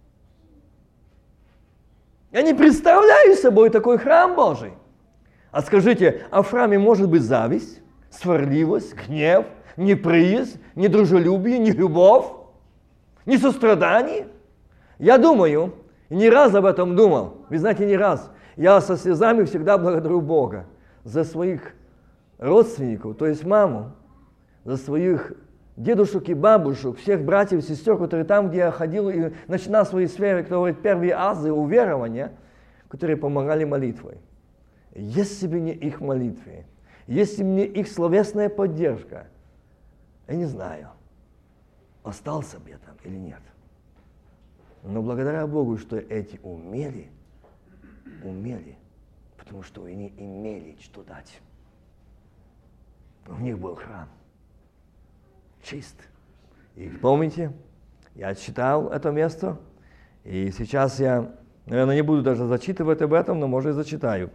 Я не представляю собой такой храм Божий. А скажите, а в храме может быть зависть, сварливость, гнев, неприязнь, недружелюбие, не любовь, не сострадание? Я думаю, и не раз об этом думал. Вы знаете, не раз. Я со слезами всегда благодарю Бога за своих родственников, то есть маму, за своих дедушек и бабушек, всех братьев и сестер, которые там, где я ходил и начинал свои сферы, кто говорит, первые азы уверования, которые помогали молитвой. Если бы не их молитвы, если бы не их словесная поддержка, я не знаю, остался бы я там или нет. Но благодаря Богу, что эти умели, умели, потому что они имели что дать. У них был храм. Чист. И помните, я читал это место, и сейчас я, наверное, не буду даже зачитывать об этом, но, может, и зачитаю,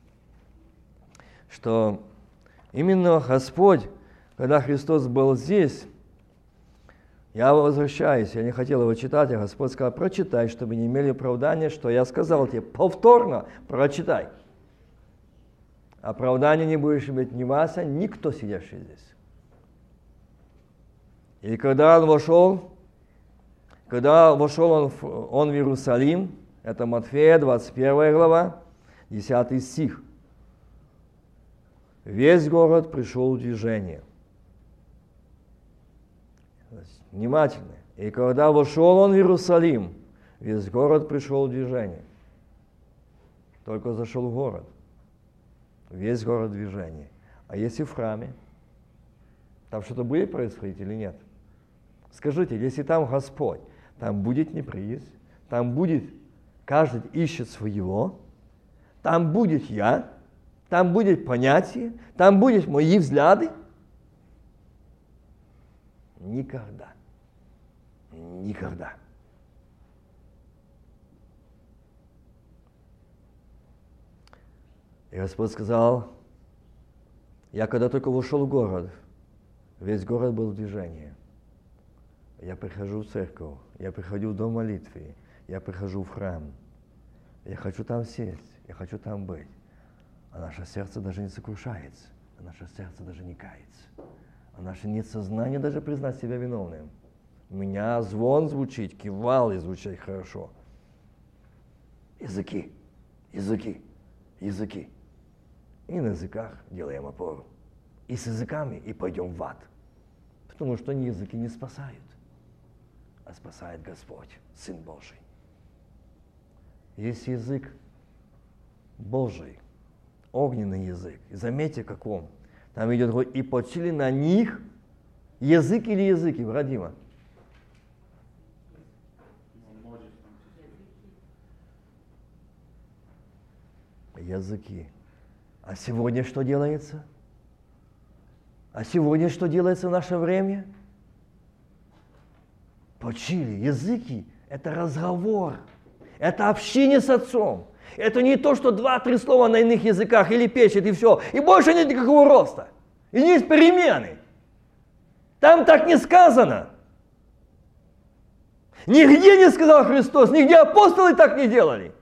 что именно Господь, когда Христос был здесь, я возвращаюсь, я не хотел его читать, а Господь сказал, прочитай, чтобы не имели оправдания, что я сказал тебе, повторно прочитай. Оправдания не будешь иметь ни Вася, никто сидящий здесь. И когда он вошел, когда вошел он в, он в Иерусалим, это Матфея, двадцать первая глава, десятый стих. Весь город пришел в движение. Внимательно. И когда вошел он в Иерусалим, весь город пришел в движение. Только зашел в город. Весь город в движении. А если в храме, там что-то будет происходить или нет? Скажите, если там Господь, там будет неприязнь, там будет, каждый ищет своего, там будет я, там будет понятие, там будут мои взгляды? Никогда. Никогда. И Господь сказал, я когда только вошел в город, весь город был в движении. Я прихожу в церковь, я прихожу в дом молитвы, я прихожу в храм. Я хочу там сесть, я хочу там быть. А наше сердце даже не сокрушается, а наше сердце даже не кается. А наше нет сознания даже признать себя виновным. У меня звон звучит, кивал и звучит хорошо. Языки, языки, языки. И на языках делаем опору. И с языками и пойдем в ад. Потому что ни языки не спасают, а спасает Господь, Сын Божий. Есть язык Божий, огненный язык. И заметьте, как он. Там идет, и почили на них язык или языки, Врадима? Языки. А сегодня что делается? А сегодня что делается в наше время? Почили. Языки – это разговор, это общение с Отцом. Это не то, что два-три слова на иных языках или печет и все. И больше нет никакого роста. И нет перемены. Там так не сказано. Нигде не сказал Христос, нигде апостолы так не делали.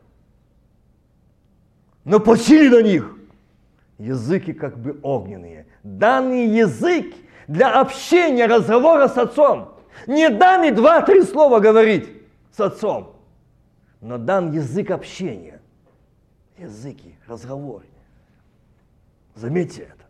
Но почили на них языки как бы огненные. Данный язык для общения, разговора с Отцом. Не данный два-три слова говорить с Отцом, но дан язык общения. Языки, разговоры. Заметьте это.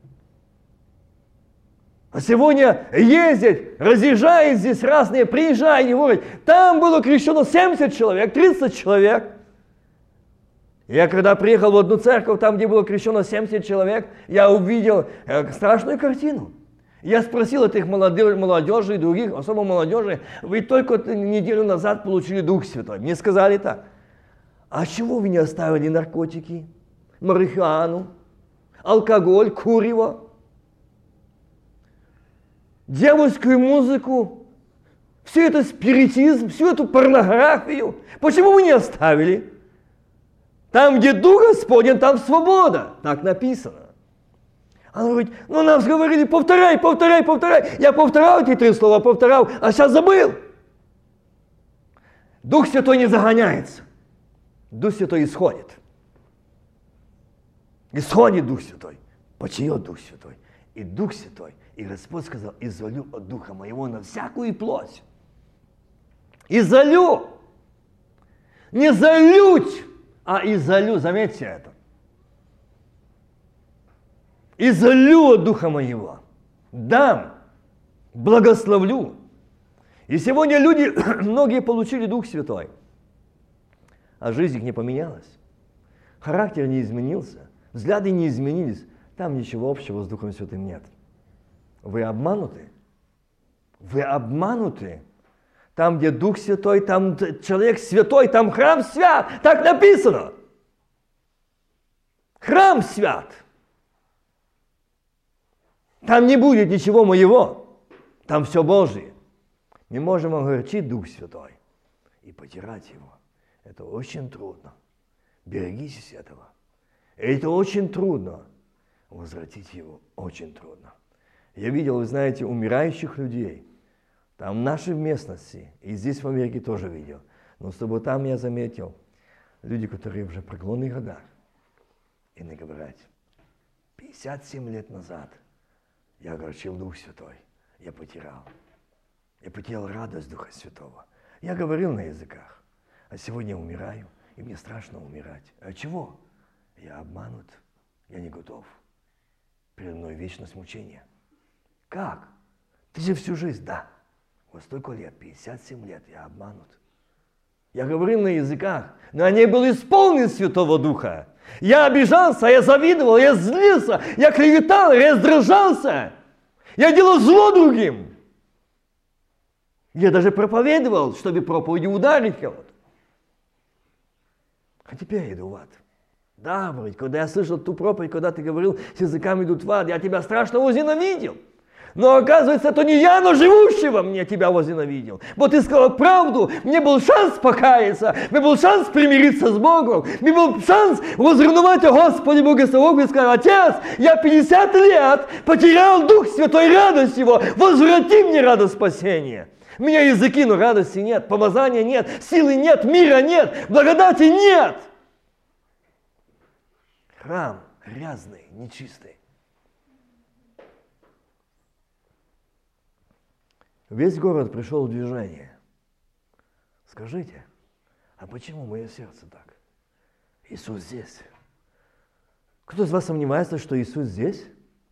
А сегодня ездят, разъезжают здесь разные, приезжают и говорят, там было крещено семьдесят человек, тридцать человек. Я когда приехал в одну церковь, там, где было крещено семьдесят человек, я увидел э, страшную картину. Я спросил этих молодежи, молодежи и других, особо молодежи, вы только неделю назад получили Дух Святой. Мне сказали так. А чего вы не оставили наркотики, марихуану, алкоголь, курево, дьявольскую музыку, всю эту спиритизм, всю эту порнографию? Почему вы не оставили? Там, где Дух Господень, там свобода. Так написано. Она говорит, ну нам говорили, повторяй, повторяй, повторяй. Я повторял эти три слова, повторял, а сейчас забыл. Дух Святой не загоняется. Дух Святой исходит. Исходит Дух Святой. Почиет Дух Святой. И Дух Святой, и Господь сказал, изолю от Духа Моего на всякую плоть. Изолю. Не залють, а изолю. Заметьте это. Изолю от Духа Моего. Дам. Благословлю. И сегодня люди, многие получили Дух Святой. А жизнь их не поменялась. Характер не изменился. Взгляды не изменились. Там ничего общего с Духом Святым нет. Вы обмануты. Вы обмануты. Там, где Дух Святой, там человек святой, там храм свят. Так написано. Храм свят. Там не будет ничего моего. Там все Божие. Мы можем огорчить Дух Святой и потирать его. Это очень трудно. Берегитесь этого. Это очень трудно. Возвратить его очень трудно. Я видел, вы знаете, умирающих людей. Там в нашей местности, и здесь в Америке тоже видел. Но чтобы там я заметил, люди, которые уже в преклонных годах. И не говорят, пятьдесят семь лет назад я огорчил Дух Святой. Я потерял. Я потерял радость Духа Святого. Я говорил на языках. А сегодня я умираю, и мне страшно умирать. А чего? Я обманут, я не готов. Передо мной вечность мучения. Как? Ты же всю жизнь, да. Вот столько лет, пятьдесят семь лет, я обманут. Я говорил на языках, но я не был исполнен Святого Духа. Я обижался, я завидовал, я злился, я клеветал, я раздражался. Я делал зло другим. Я даже проповедовал, чтобы проповедью ударить кого-то. А теперь я иду в ад. Да, говорит, когда я слышал ту проповедь, когда ты говорил, с языками идут в ад, я тебя страшно возненавидел. Но оказывается, это не я, но живущий во мне тебя возненавидел. Вот ты сказал правду, мне был шанс покаяться, мне был шанс примириться с Богом, мне был шанс возревновать о Господе Боге Саваофа и сказать: Отец, я пятьдесят лет потерял Дух Святой, радость Его, возврати мне радость спасения. У меня языки, но радости нет, помазания нет, силы нет, мира нет, благодати нет. Храм грязный, нечистый. Весь город пришел в движение. Скажите, а почему мое сердце так? Иисус здесь. Кто из вас сомневается, что Иисус здесь?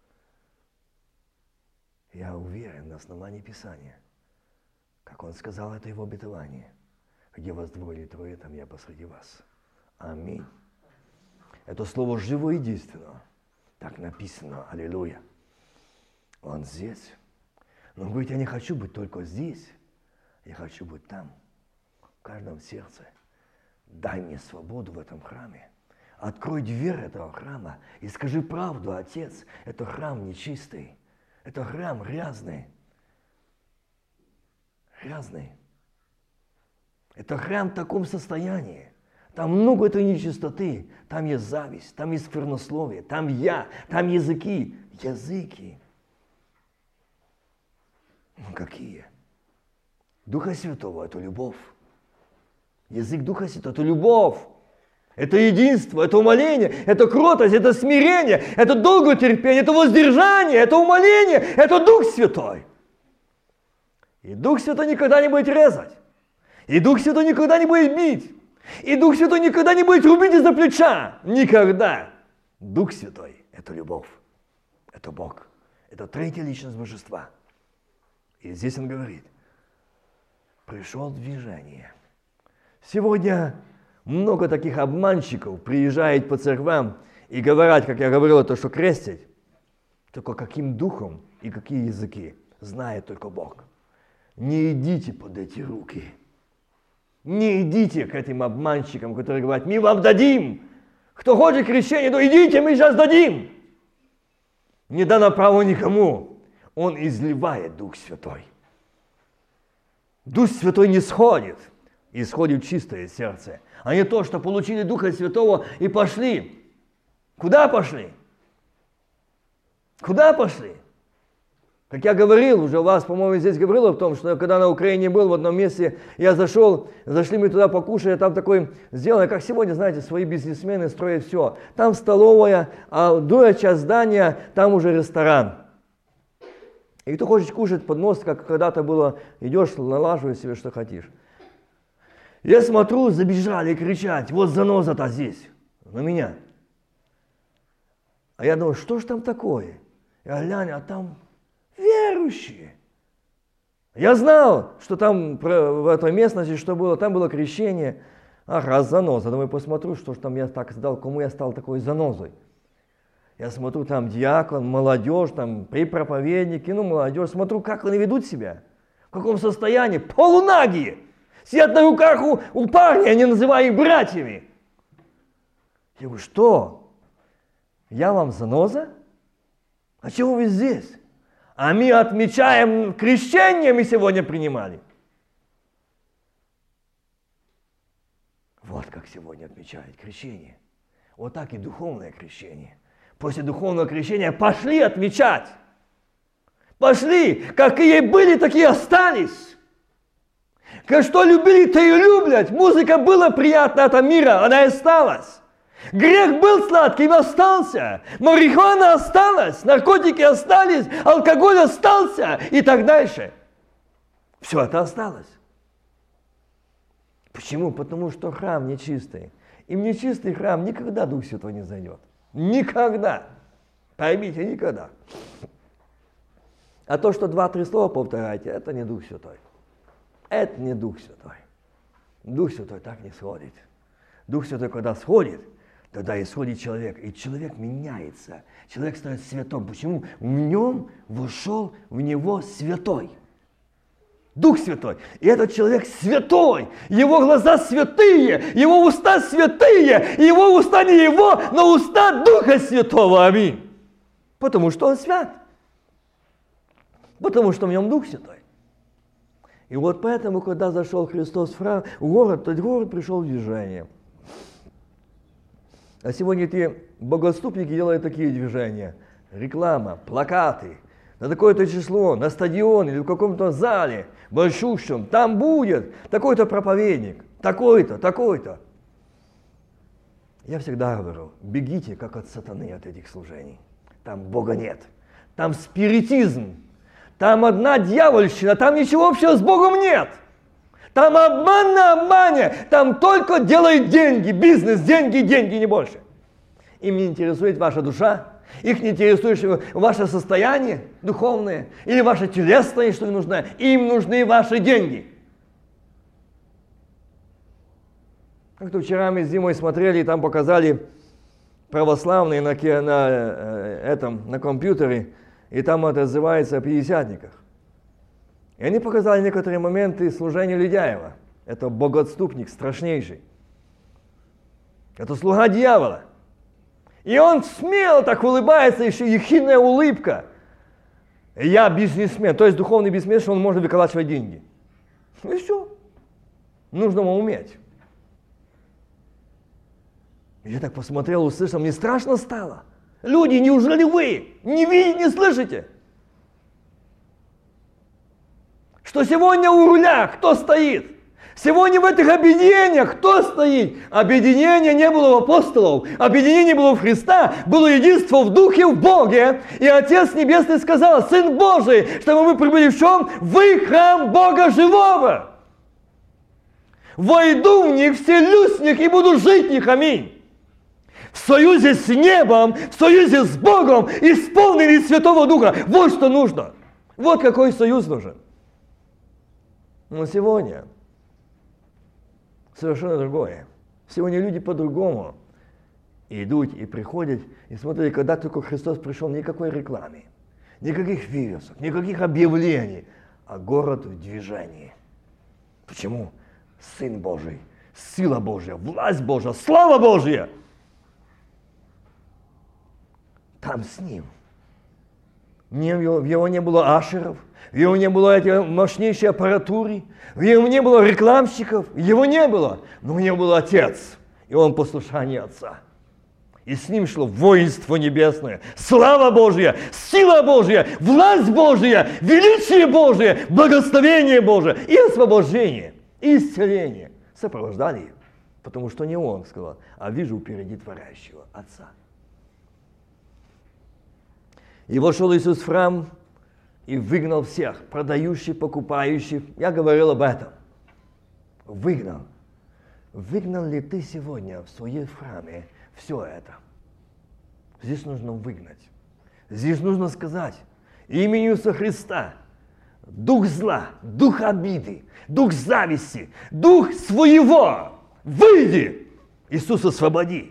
Я уверен на основании Писания. Как Он сказал, это Его обетование. Где вас двое или трое, там я посреди вас. Аминь. Это слово живо и действенно. Так написано. Аллилуйя. Он здесь. Но говорит, я не хочу быть только здесь. Я хочу быть там, в каждом сердце. Дай мне свободу в этом храме. Открой дверь этого храма и скажи правду, Отец. Это храм нечистый. Это храм грязный. Грязный. Это храм в таком состоянии. Там много этой нечистоты. Там есть зависть, там есть сквернословие, там я, там языки. Языки. Ну какие? Духа Святого – это любовь. Язык Духа Святого – это любовь. Это единство, это умоление, это кротость, это смирение, это долгое терпение, это воздержание, это умоление, это Дух Святой. И Дух Святой никогда не будет резать. И Дух Святой никогда не будет бить. И Дух Святой никогда не будет рубить из-за плеча. Никогда. Дух Святой – это любовь. Это Бог. Это третья личность Божества. И здесь Он говорит, пришел движение. Сегодня много таких обманщиков приезжает по церквам и говорят, как я говорил, то, что крестить, только каким духом и какие языки знает только Бог. Не идите под эти руки. Не идите к этим обманщикам, которые говорят, мы вам дадим. Кто хочет крещение, то идите, мы сейчас дадим. Не дано право никому. Он изливает Дух Святой. Дух Святой не сходит, исходит чистое сердце. А не то, что получили Духа Святого и пошли. Куда пошли? Куда пошли? Как я говорил, уже у вас, по-моему, здесь говорил о том, что когда на Украине был в одном месте, я зашел, зашли мы туда покушать, там такой сделано, как сегодня, знаете, свои бизнесмены строят все. Там столовая, а другая часть здания, там уже ресторан. И кто хочет кушать под нос, как когда-то было, идешь, налаживай себе, что хочешь. Я смотрю, забежали кричать, вот заноза-то здесь, на меня. А я думаю, что ж там такое? Я глянь, а там верующие. Я знал, что там в этой местности, что было, там было крещение. Ах, раз заноза. Думаю, посмотрю, что ж там я так стал, кому я стал такой занозой. Я смотрю, там диакон, молодежь, там препроповедники, ну, молодежь. Смотрю, как они ведут себя, в каком состоянии, полунагие. Сидят на руках у, у парня, они называют их братьями. Я говорю, что? Я вам заноза? А чего вы здесь? А мы отмечаем крещение, мы сегодня принимали. Вот как сегодня отмечают крещение. Вот так и духовное крещение. После духовного крещения пошли отмечать. Пошли. Какие были, такие остались. Как что любили, то и любят. Музыка была приятна от мира, она и осталась. Грех был сладким, остался. Марихуана осталась, наркотики остались, алкоголь остался и так дальше. Все это осталось. Почему? Потому что храм нечистый. И в нечистый храм никогда Дух Святой не зайдет. Никогда. Поймите, никогда. А то, что два-три слова повторяете, это не Дух Святой. Это не Дух Святой. Дух Святой так не сходит. Дух Святой, когда сходит, тогда исходит человек. И человек меняется. Человек становится святым. Почему? В нем вошел в него святой. Дух Святой. И этот человек святой. Его глаза святые. Его уста святые. И его уста не его, но уста Духа Святого. Аминь. Потому что он свят. Потому что в нем Дух Святой. И вот поэтому, когда зашел Христос в город, тот город пришел в движение. А сегодня эти богоотступники делают такие движения. Реклама, плакаты. На такое-то число, на стадионе или в каком-то зале большущем, там будет такой-то проповедник, такой-то, такой-то. Я всегда говорю, бегите как от сатаны от этих служений. Там Бога нет. Там спиритизм. Там одна дьявольщина. Там ничего общего с Богом нет. Там обман на обмане. Там только делают деньги, бизнес, деньги, деньги, не больше. Им не интересует ваша душа. Их не интересует ваше состояние духовное или ваше телесное, что им нужно. Им нужны ваши деньги. Как-то вчера мы с Димой смотрели, и там показали православные на, на, этом, на компьютере, и там это называется о пятидесятниках. И они показали некоторые моменты служения Ледяева. Это богоотступник страшнейший. Это слуга дьявола. И он смело так улыбается, еще ехидная улыбка. Я бизнесмен, то есть духовный бизнесмен, что он может выколачивать деньги. И все. Нужно ему уметь. Я так посмотрел, услышал, мне страшно стало. Люди, неужели вы не видите, не слышите? Что сегодня у руля кто стоит? Сегодня в этих объединениях кто стоит? Объединения не было у апостолов, объединение было в Христа, было единство в Духе, в Боге. И Отец Небесный сказал, Сын Божий, чтобы мы прибыли в чем? Вы храм Бога живого. Войду в них, вселюсь в них и буду жить в них. Аминь. В союзе с небом, в союзе с Богом, исполненный Святого Духа. Вот что нужно. Вот какой союз нужен. Но сегодня совершенно другое. Сегодня люди по-другому идут и приходят, и смотрят, когда только Христос пришел, никакой рекламы, никаких вирусов, никаких объявлений, а город в движении. Почему? Сын Божий, сила Божья, власть Божья, слава Божья. Там с ним. В его не было ашеров, в его не было этой мощнейшей аппаратуры, в его не было рекламщиков, его не было, но у него был Отец, и он послушание Отца. И с ним шло воинство небесное, слава Божья, сила Божья, власть Божья, величие Божье, благословение Божье и освобождение, и исцеление. Сопровождали их, потому что не он сказал, а вижу впереди творящего Отца. И вошел Иисус в храм и выгнал всех, продающих, покупающих. Я говорил об этом. Выгнал. Выгнал ли ты сегодня в своем храме все это? Здесь нужно выгнать. Здесь нужно сказать именем Иисуса Христа. Дух зла, дух обиды, дух зависти, дух своего. Выйди! Иисус, освободи.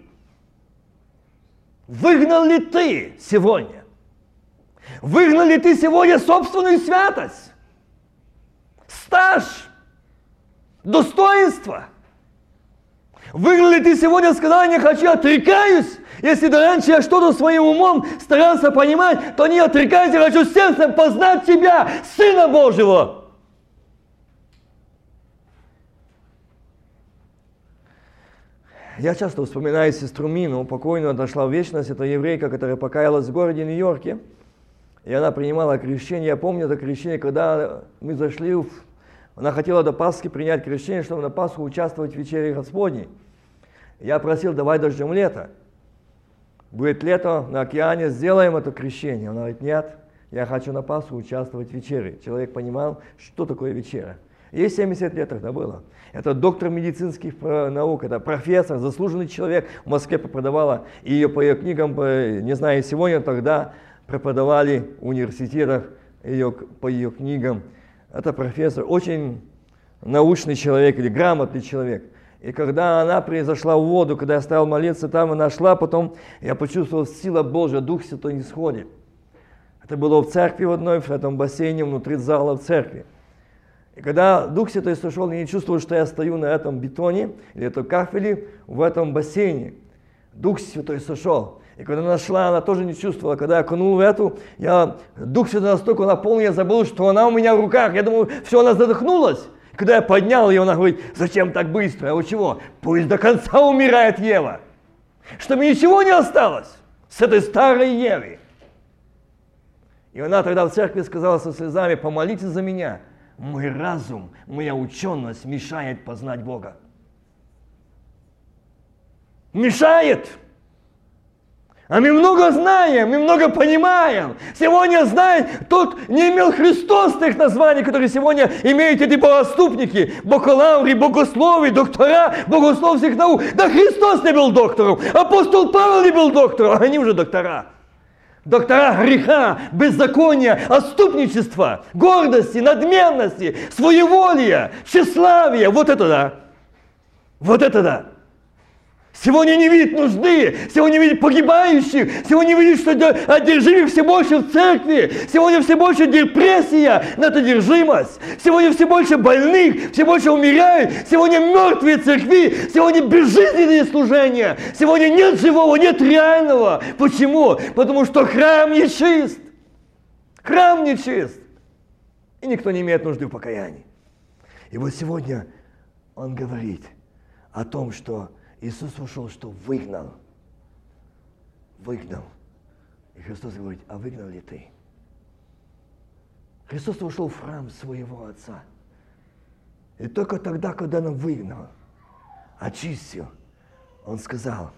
Выгнал ли ты сегодня? Выгнал ли ты сегодня собственную святость? Стаж? Достоинство? Выгнал ли ты сегодня, сказал, не хочу, отрекаюсь? Если до раньше я что-то своим умом старался понимать, то не отрекаюсь, я хочу сердцем познать Тебя, Сына Божьего. Я часто вспоминаю сестру Мину, покойную, отошла в вечность. Это еврейка, которая покаялась в городе Нью-Йорке. И она принимала крещение. Я помню это крещение, когда мы зашли, в... она хотела до Пасхи принять крещение, чтобы на Пасху участвовать в вечере Господней. Я просил, давай дождем лето. Будет лето на океане, сделаем это крещение. Она говорит, нет, я хочу на Пасху участвовать в вечере. Человек понимал, что такое вечера. Ей семьдесят лет тогда было. Это доктор медицинских наук, это профессор, заслуженный человек. В Москве преподавала, и ее по ее книгам, не знаю, сегодня, тогда преподавали в университетах ее, по ее книгам. Это профессор, очень научный человек или грамотный человек. И когда она произошла в воду, когда я стал молиться, там она шла, потом я почувствовал, сила Божья, Дух Святой не сходит. Это было в церкви в одной, в этом бассейне, внутри зала в церкви. И когда Дух Святой сошел, я не чувствовал, что я стою на этом бетоне, или этом кафеле, в этом бассейне. Дух Святой сошел. И когда она шла, она тоже не чувствовала. Когда я окунул в эту, я, Дух Святой настолько наполнил, я забыл, что она у меня в руках. Я думал, все, она задохнулась. Когда я поднял ее, она говорит, зачем так быстро? А вот чего? Пусть до конца умирает Ева. Чтобы ничего не осталось с этой старой Евой. И она тогда в церкви сказала со слезами, помолитесь за меня. Мой разум, моя ученость мешает познать Бога. Мешает. А мы много знаем, мы много понимаем. Сегодня знает, тот не имел Христос тех названий, которые сегодня имеют эти богоотступники, бакалавры, богословы, доктора богословских наук. Да Христос не был доктором, апостол Павел не был доктором, а они уже доктора. Доктора греха, беззакония, отступничества, гордости, надменности, своеволия, тщеславия. Вот это да. Вот это да. Сегодня не видит нужды, сегодня видит погибающих, сегодня видит, что одержимых все больше в церкви, сегодня все больше депрессия, надодержимость, сегодня все больше больных, все больше умирают, сегодня мертвые церкви, сегодня безжизненные служения, сегодня нет живого, нет реального. Почему? Потому что храм не чист, храм не чист, и никто не имеет нужды в покаянии. И вот сегодня он говорит о том, что Иисус ушел, что выгнал. Выгнал. И Христос говорит, а выгнал ли ты? Христос ушел в храм своего Отца. И только тогда, когда он выгнал, очистил, он сказал,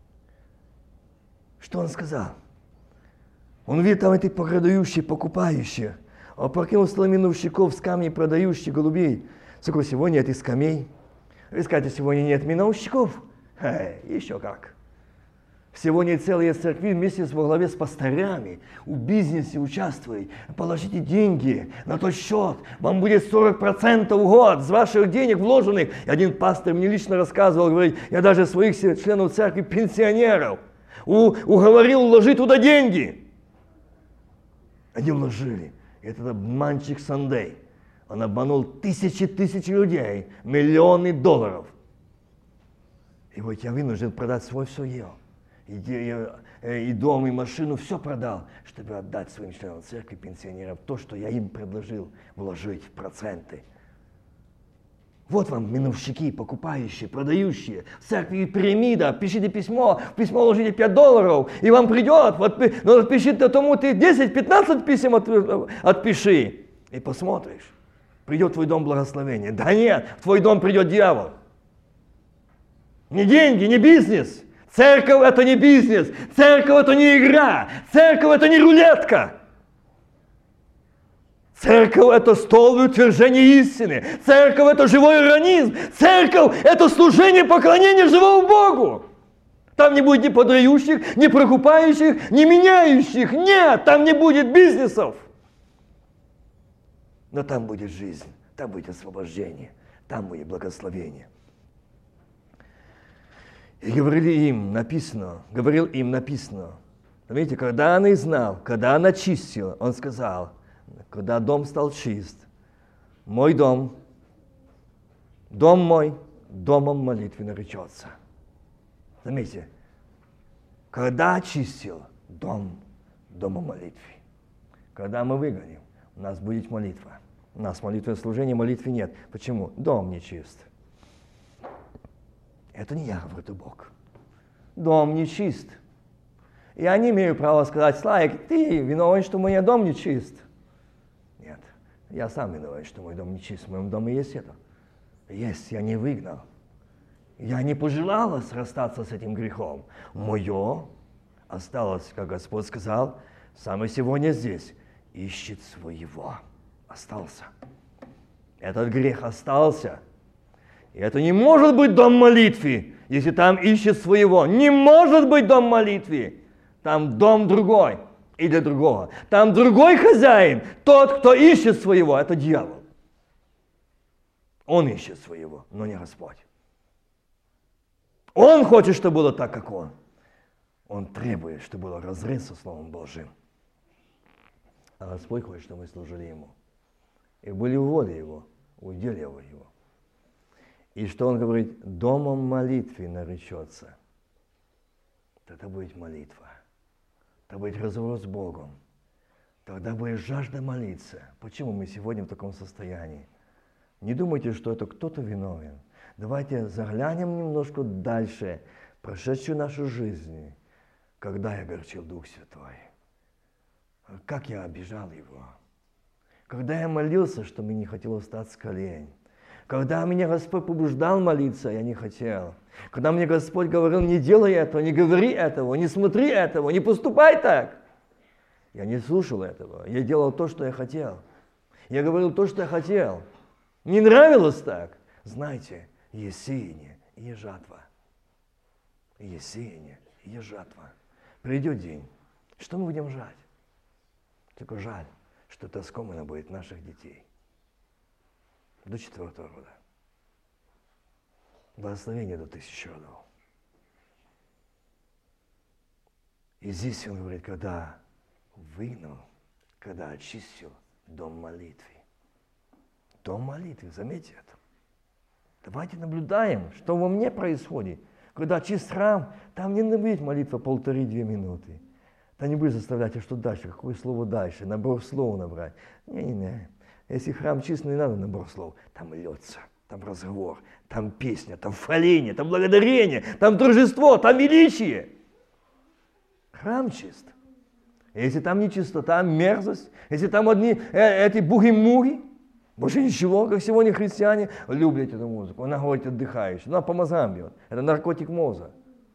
что он сказал? Он видит там эти продающие, покупающие. Он прокинул сто миновщиков с камней, продающих голубей. Сколько сегодня этих скамей? Вы скажете, сегодня нет миновщиков? Эй, еще как. Сегодня целые церкви вместе во главе с пастырями в бизнесе участвуют. Положите деньги на тот счет. Вам будет сорок процентов в год с ваших денег вложенных. И один пастор мне лично рассказывал, говорит, я даже своих членов церкви, пенсионеров, у, уговорил вложить туда деньги. Они вложили. Этот обманщик Сандей. Он обманул тысячи тысяч людей, миллионы долларов. И вот я вынужден продать свой все, и, и, и дом, и машину, все продал, чтобы отдать своим членам церкви, пенсионерам, то, что я им предложил вложить в проценты. Вот вам миновщики, покупающие, продающие. В церкви пирамида, пишите письмо, в письмо ложите пять долларов, и вам придет. Вот, но пишите тому, ты десять-пятнадцать писем отпиши, и посмотришь. Придет в твой дом благословение. Да нет, в твой дом придет дьявол. Не деньги, не бизнес. Церковь это не бизнес. Церковь это не игра. Церковь это не рулетка. Церковь это стол утверждения истины. Церковь это живой организм. Церковь это служение, поклонение живому Богу. Там не будет ни продающих, ни прокупающих, ни меняющих. Нет, там не будет бизнесов. Но там будет жизнь, там будет освобождение, там будет благословение. И говорили им, написано, говорил им, написано. Видите, когда она знал, когда она чистила, он сказал, когда дом стал чист, мой дом, дом мой, домом молитвы наречется. Заметьте, когда очистил дом, домом молитвы. Когда мы выгоним, у нас будет молитва. У нас молитвенное служение, молитвы нет. Почему? Дом не чист. Это не я говорю, это Бог. Дом не чист. Я не имею права сказать, Славик, ты виновен, что мой дом не чист. Нет, я сам виновен, что мой дом не чист. В моем доме есть это. Есть, я не выгнал. Я не пожелала расстаться с этим грехом. Мое осталось, как Господь сказал, самое сегодня здесь. Ищет своего. Остался. Этот грех остался. И это не может быть дом молитвы, если там ищет своего. Не может быть дом молитвы. Там дом другой и для другого. Там другой хозяин. Тот, кто ищет своего, это дьявол. Он ищет своего, но не Господь. Он хочет, чтобы было так, как Он. Он требует, чтобы было разрыв со Словом Божьим. А Господь хочет, чтобы мы служили Ему. И были в воле Его, в уделе Его. И что Он говорит? Домом молитвы наречется. тогда будет молитва, тогда будет разговор с Богом, тогда будет жажда молиться. Почему мы сегодня в таком состоянии? Не думайте, что это кто-то виновен. Давайте заглянем немножко дальше, прошедшую нашу жизнь, когда я огорчил Дух Святой, как я обижал Его, когда я молился, что мне не хотелось встать с колен, когда меня Господь побуждал молиться, я не хотел, когда мне Господь говорил, не делай этого, не говори этого, не смотри этого, не поступай так, я не слушал этого, я делал то, что я хотел, я говорил то, что я хотел, не нравилось так. Знаете, есть сеяние и есть жатва. Есть сеяние и есть жатва. Придет день, что мы будем жать? Только жаль, что это скомано будет наших детей. До четвертого года. Благословение до тысячи родов. И здесь он говорит, когда выгнал, когда очистил дом молитвы. Дом молитвы, заметьте это. Давайте наблюдаем, что во мне происходит. Когда чист храм, там не будет молитва полторы-две минуты. Там не будет заставлять, а что дальше, какое слово дальше, набор слов набрать. Не-не-не. Если храм чист, не надо набор слов. Там льется, там разговор, там песня, там хваление, там благодарение, там торжество, там величие. Храм чист. Если там не чистота, мерзость, если там одни э, эти буги-муги, больше ничего, как сегодня христиане любят эту музыку. Она говорит отдыхающая, она по мозгам бьет. Это наркотик мозга.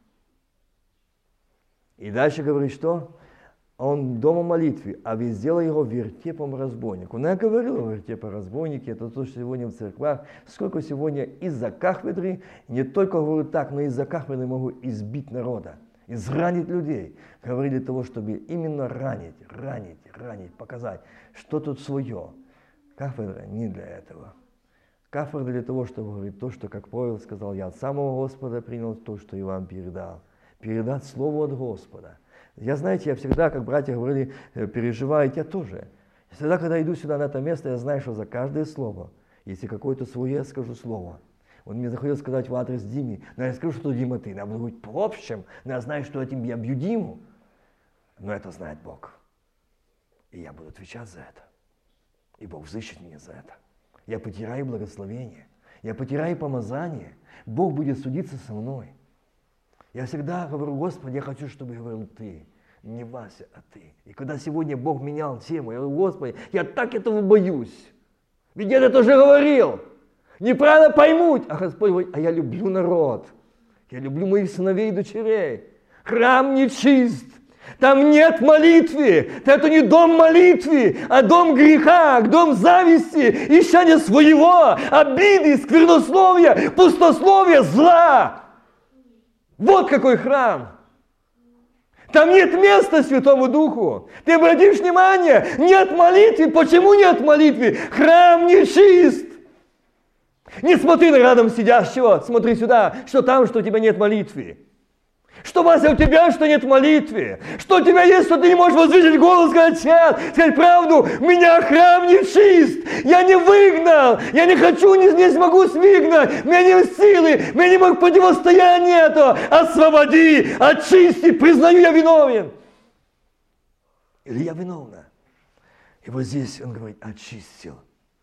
И дальше говорит, что он дома молитвы, а вы сделали его вертепом разбойнику. Но я говорил о вертепе разбойнике, это то, что сегодня в церквах, сколько сегодня из-за кафедры, не только говорю так, но из-за кафедры могу избить народа, изранить людей. Говорили для того, чтобы именно ранить, ранить, ранить, показать, что тут свое. Кафедра не для этого. Кафедра для того, чтобы говорить то, что, как Павел сказал, я от самого Господа принял то, что и вам передал. Передать слово от Господа. Я, знаете, я всегда, как братья говорили, переживаю, я тоже. Всегда, когда иду сюда на это место, я знаю, что за каждое слово, если какое-то свое, я скажу слово. Он мне захотел сказать в адрес Димы, но я скажу, что Дима ты, я буду говорить в общем, но я знаю, что этим я бью Диму. Но это знает Бог. И я буду отвечать за это. И Бог взыщет меня за это. Я потеряю благословение. Я потеряю помазание. Бог будет судиться со мной. Я всегда говорю, Господи, я хочу, чтобы говорил Ты. Не Вася, а Ты. И когда сегодня Бог менял тему, я говорю, Господи, я так этого боюсь. Ведь я это уже говорил. Неправильно поймут. А Господь говорит, а я люблю народ. Я люблю моих сыновей и дочерей. Храм не чист. Там нет молитвы. Это не дом молитвы, а дом греха, дом зависти, ищания своего, обиды, сквернословия, пустословия, зла. Вот какой храм. Там нет места Святому Духу. Ты обратишь внимание, нет молитвы. Почему нет молитвы? Храм не чист. Не смотри на рядом сидящего, смотри сюда, что там, что у тебя нет молитвы. Что, Вася, у тебя, что нет молитвы? Что у тебя есть, что ты не можешь возвысить голос, сказать, сказать правду? У меня храм не чист, я не выгнал, я не хочу, не, не смогу свигнать, у меня нет силы, у меня не могу противостояния этого. Освободи, очисти, признаю, я виновен. Или я виновна. И вот здесь он говорит, очистил.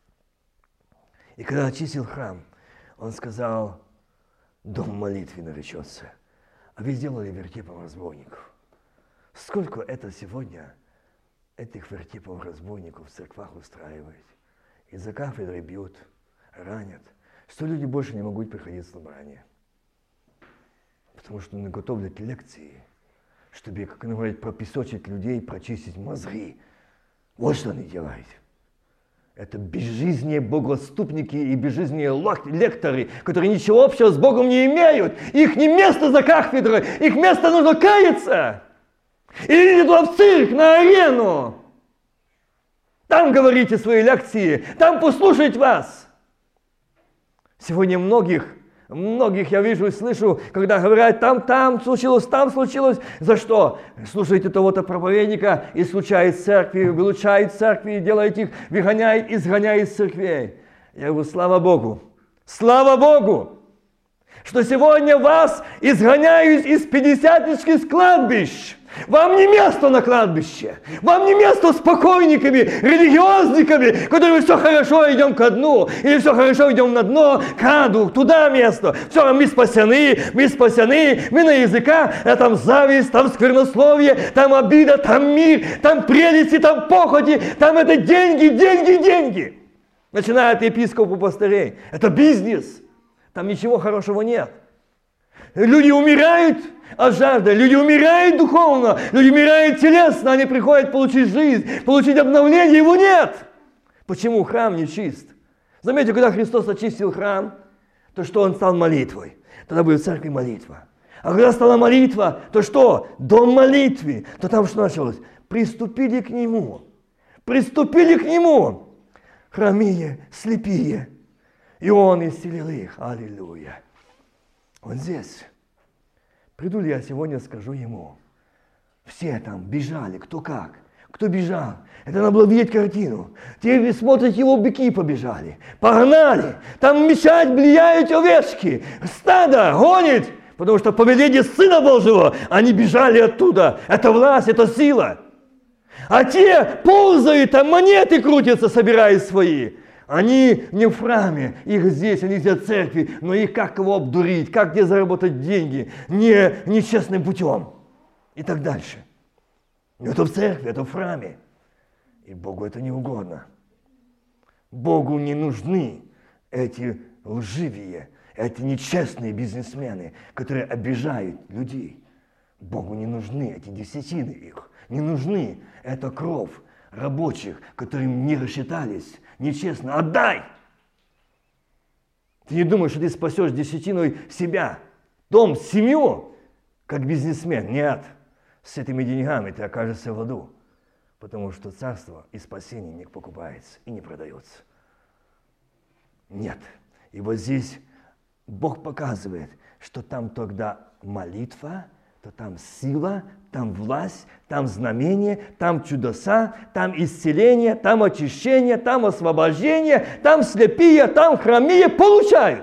И когда очистил храм, он сказал, дом молитвы наречется. А вы сделали вертепом разбойников. Сколько это сегодня этих вертепов разбойников в церквах устраивает. Из-за кафедры бьют, ранят. Что люди больше не могут приходить в собрание. Потому что они готовят лекции, чтобы, как они говорят, пропесочить людей, прочистить мозги. Вот что они делают. Это безжизненные богоотступники и безжизненные лекторы, которые ничего общего с Богом не имеют. Их не место за кафедрой, их место нужно каяться. Или идите туда в цирк, на арену. Там говорите свои лекции, там послушать вас. Сегодня многих, многих я вижу и слышу, когда говорят, там, там случилось, там случилось. За что? Слушайте того-то проповедника, и случает церкви, вылучает церкви, делает их, выгоняет, изгоняет из церквей. Я говорю, слава Богу, слава Богу! что сегодня вас изгоняют из пятидесятнических кладбищ. Вам не место на кладбище. Вам не место с покойниками, религиозниками, которые все хорошо, идем ко дну. Или все хорошо, идем на дно, к аду, туда место. Все, мы спасены, мы спасены, мы на языках, а там зависть, там сквернословие, там обида, там мир, там прелести, там похоти, там это деньги, деньги, деньги. Начиная от епископа пастырей. Это бизнес. Там ничего хорошего нет. Люди умирают от жажды, люди умирают духовно, люди умирают телесно, они приходят получить жизнь, получить обновление, его нет. Почему храм не чист? Заметьте, когда Христос очистил храм, то что он стал молитвой? Тогда будет в церкви молитва. А когда стала молитва, то что? Дом молитвы. То там что началось? Приступили к нему. Приступили к нему. Хромие, слепие. И он исцелил их. Аллилуйя. Вот здесь. Приду ли я сегодня, скажу ему. Все там бежали, кто как. Кто бежал. Это надо было видеть картину. Те смотрят, его быки побежали. Погнали. Там мешать, влияют овечки. Стадо гонит. Потому что повеление Сына Божьего, они бежали оттуда. Это власть, это сила. А те ползают, там монеты крутятся, собирая свои. Они не в храме, их здесь, они здесь в церкви, но их как его обдурить, как где заработать деньги, не, нечестным путем и так дальше. Это в церкви, это в храме. И Богу это не угодно. Богу не нужны эти лживые, эти нечестные бизнесмены, которые обижают людей. Богу не нужны эти десятины их, не нужны эта кровь рабочих, которым не рассчитались, нечестно. Отдай! Ты не думаешь, что ты спасешь десятиной себя, дом, семью, как бизнесмен. Нет, с этими деньгами ты окажешься в аду, потому что царство и спасение не покупается и не продается. Нет. И вот здесь Бог показывает, что там тогда молитва, то там сила, там власть, там знамение, там чудеса, там исцеление, там очищение, там освобождение, там слепые, там хромые получают.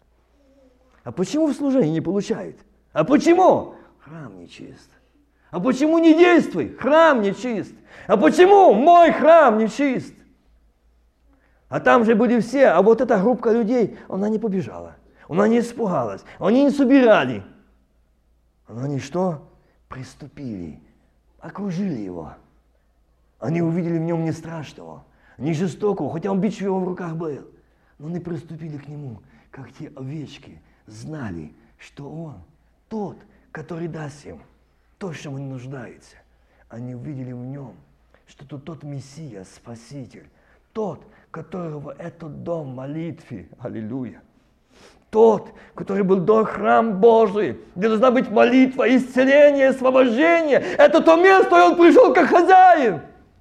А почему в служении не получают? А почему? Храм не чист. А почему не действуй? Храм не чист. А почему мой храм не чист? А там же были все, а вот эта группа людей, она не побежала, она не испугалась, они не собирали. Но они что? Приступили, окружили его. Они увидели в нем не страшного, не жестокого, хотя он бич его в руках был. Но они приступили к нему, как те овечки, знали, что он тот, который даст им то, в чем они нуждаются. Они увидели в нем, что тут тот Мессия, Спаситель, тот, которого этот дом молитвы, аллилуйя. Тот, который был до храм Божий, где должна быть молитва, исцеление, освобождение. Это то место, и он пришел как хозяин.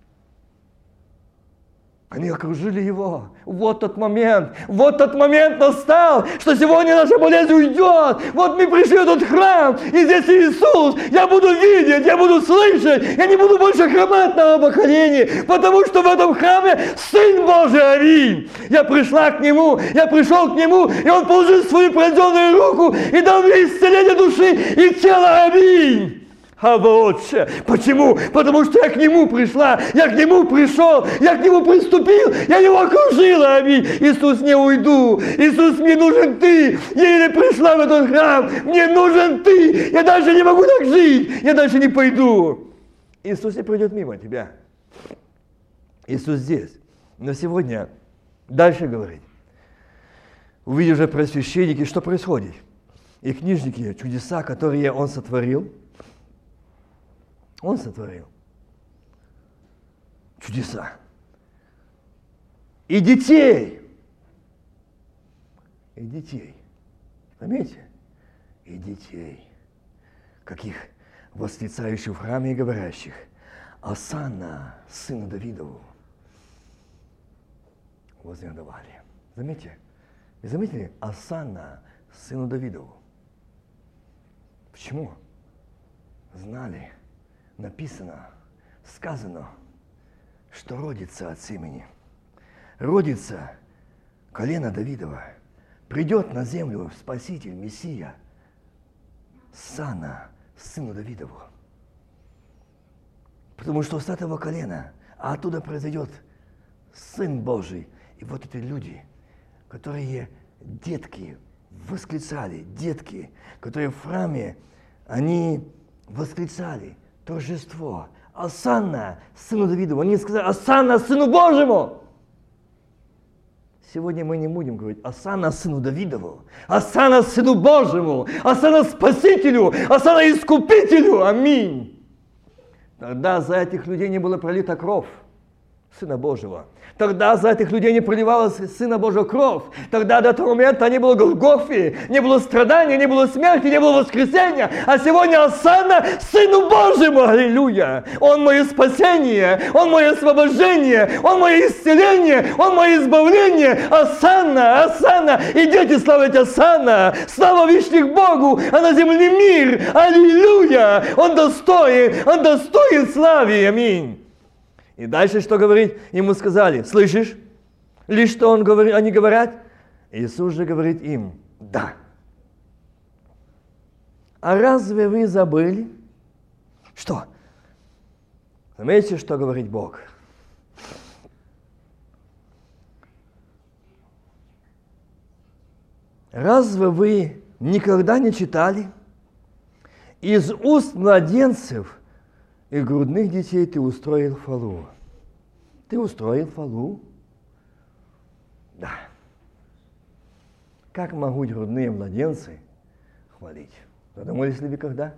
Они окружили его. Вот тот момент, вот тот момент настал, что сегодня наша болезнь уйдет. Вот мы пришли в этот храм, и здесь Иисус. Я буду видеть, я буду слышать, я не буду больше хромать на оба колени, потому что в этом храме Сын Божий Аминь. Я пришла к Нему, я пришел к Нему, и Он положил свою пронзенную руку и дал мне исцеление души и тела. Аминь. А вот что. Почему? Потому что я к Нему пришла, я к Нему пришел, я к Нему приступил, я Его окружила. Аминь. Иисус, не уйду. Иисус, мне нужен Ты. Я еле пришла в этот храм. Мне нужен Ты. Я дальше не могу так жить. Я дальше не пойду. Иисус не пройдет мимо тебя. Иисус здесь. Но сегодня дальше говорит. Увидев же просвященники, что происходит. И книжники, чудеса, которые Он сотворил. Он сотворил чудеса. И детей. И детей. Заметьте? И детей. Каких восклицающих в храме и говорящих. Осанна, сына Давидову, вознегодовали. Заметьте? Вы заметили? Осанна, сыну Давидову. Почему? Знали. Написано, сказано, что родится от семени. Родится колено Давидова, придет на землю Спаситель, Мессия, Сана, сыну Давидову. Потому что с этого колена, а оттуда произойдет Сын Божий. И вот эти люди, которые детки восклицали, детки, которые в храме, они восклицали торжество. Осанна, сыну Давидову. Они сказали, Осанна, сыну Божьему. Сегодня мы не будем говорить Осанна, сыну Давидову, Осанна, сыну Божьему, Осанна, Спасителю, Осанна, Искупителю. Аминь. Тогда за этих людей не было пролита кровь Сына Божьего. Тогда за этих людей не проливалась Сына Божьего кровь. Тогда до этого момента не было Голгофы, не было страдания, не было смерти, не было воскресения. А сегодня Осанна Сыну Божьему. Аллилуйя! Он мое спасение, Он мое освобождение, Он мое исцеление, Он мое избавление. Осанна, Осанна! Идите славить Осанна! Слава вещих Богу, а на земле мир! Аллилуйя! Он достоин, Он достоин славы! Аминь! И дальше что говорит? Ему сказали, слышишь? Лишь что он говорит, они говорят? Иисус же говорит им, да. А разве вы забыли? Что? Заметьте, что говорит Бог. Разве вы никогда не читали? Из уст младенцев и грудных детей ты устроил хвалу. Ты устроил хвалу? Да. Как могут грудные младенцы хвалить? Задумались ли вы когда?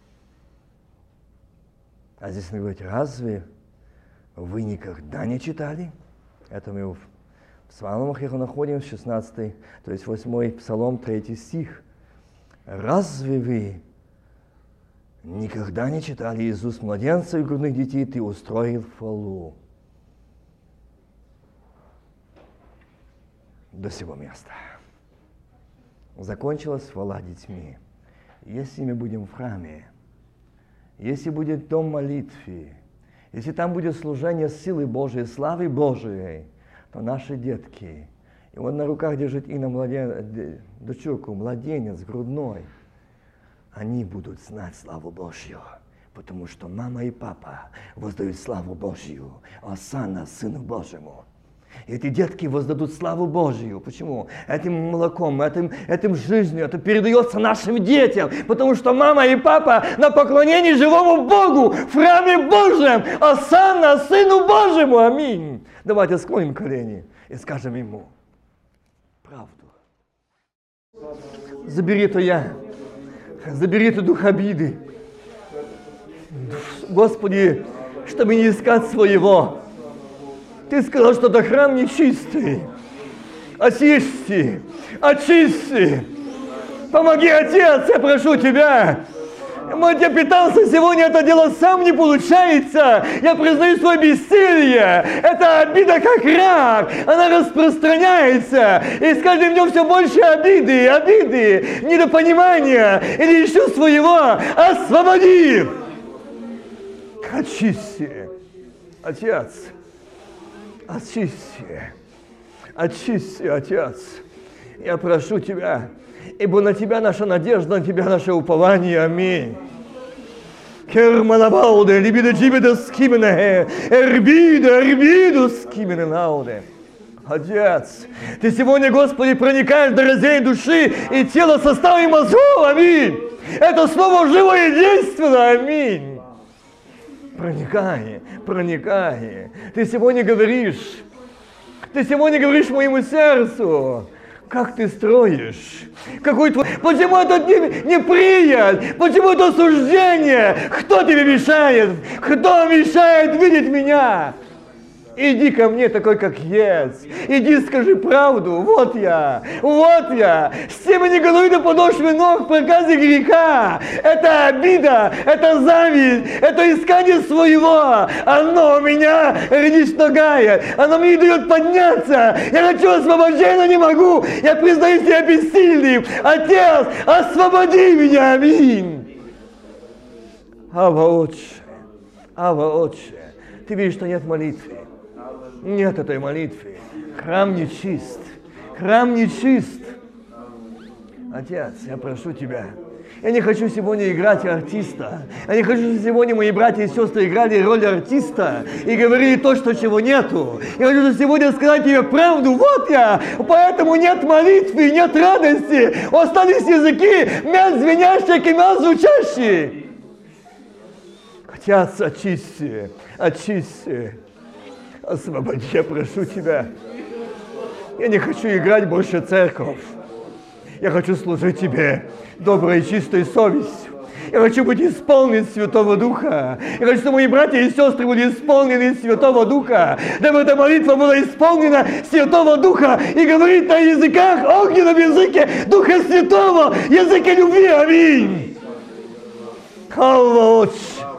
А здесь он говорит, разве вы никогда не читали? Это мы в Псалмах его находим, шестнадцатый, то есть восьмой Псалом, третий стих. Разве вы никогда не читали Иисус младенцев и грудных детей, ты устроил хвалу до сего места. Закончилась хвала детьми. Если мы будем в храме, если будет дом молитвы, если там будет служение силы Божией, славы Божией, то наши детки, и он на руках держит и на младен... дочурку, младенец грудной, они будут знать славу Божью, потому что мама и папа воздают славу Божью, Осанна Сыну Божьему. И эти детки воздадут славу Божью. Почему? Этим молоком, этим, этим жизнью, это передается нашим детям, потому что мама и папа на поклонении живому Богу, в храме Божьем, Осанна Сыну Божьему. Аминь. Давайте склоним колени и скажем ему правду. Забери это я. Забери эту дух обиды. Господи, чтобы не искать своего. Ты сказал, что это храм нечистый. Очисти, очисти. Помоги, Отец, я прошу Тебя. Мой я питался сегодня, это дело сам не получается. Я признаю свое бессилие. Это обида как рак. Она распространяется. И с каждым днем все больше обиды, обиды, недопонимания или еще своего. Освободи. Очисти. Отец. Очисти. Очисти, Отец. Я прошу Тебя. Ибо на Тебя наша надежда, на Тебя наше упование. Аминь. Кермалабауде, либидо джибидо скимене, эрбидо, эрбидо скимене науде. Отец, Ты сегодня, Господи, проникаешь до разделения души и тела, состава и мозгов. Аминь. Это слово живое и действенно. Аминь. Проникай, проникай. Ты сегодня говоришь, Ты сегодня говоришь моему сердцу. Как ты строишь? Какой твой... Почему это не, неприятно? Почему это осуждение? Кто тебе мешает? Кто мешает видеть меня? Иди ко мне такой, как есть. Иди, скажи правду. Вот я, вот я. С теми не головы до подошвы ног в проказе греха. Это обида, это зависть, это искание своего. Оно меня лишь ногает. Оно мне не дает подняться. Я хочу освобождения, но не могу. Я признаю себя бессильным. Отец, освободи меня. Аминь. Ава, Отче, Ава, Отче, Ты видишь, что нет молитвы. Нет этой молитвы. Храм нечист. Храм нечист. Отец, я прошу Тебя. Я не хочу сегодня играть артиста. Я не хочу, чтобы сегодня мои братья и сестры играли роль артиста и говорили то, что чего нету. Я хочу сегодня сказать Тебе правду. Вот я. Поэтому нет молитвы, нет радости. Остались языки, мяс звенящие, кимя звучащие. Отец, очисти, очисти. Освободи, я прошу Тебя. Я не хочу играть больше церковь. Я хочу служить Тебе доброй и чистой совестью. Я хочу быть исполнен Святого Духа. Я хочу, чтобы мои братья и сестры были исполнены Святого Духа. Дабы эта молитва была исполнена Святого Духа и говорит на языках, огненном языке Духа Святого, языке любви. Аминь. Аллах.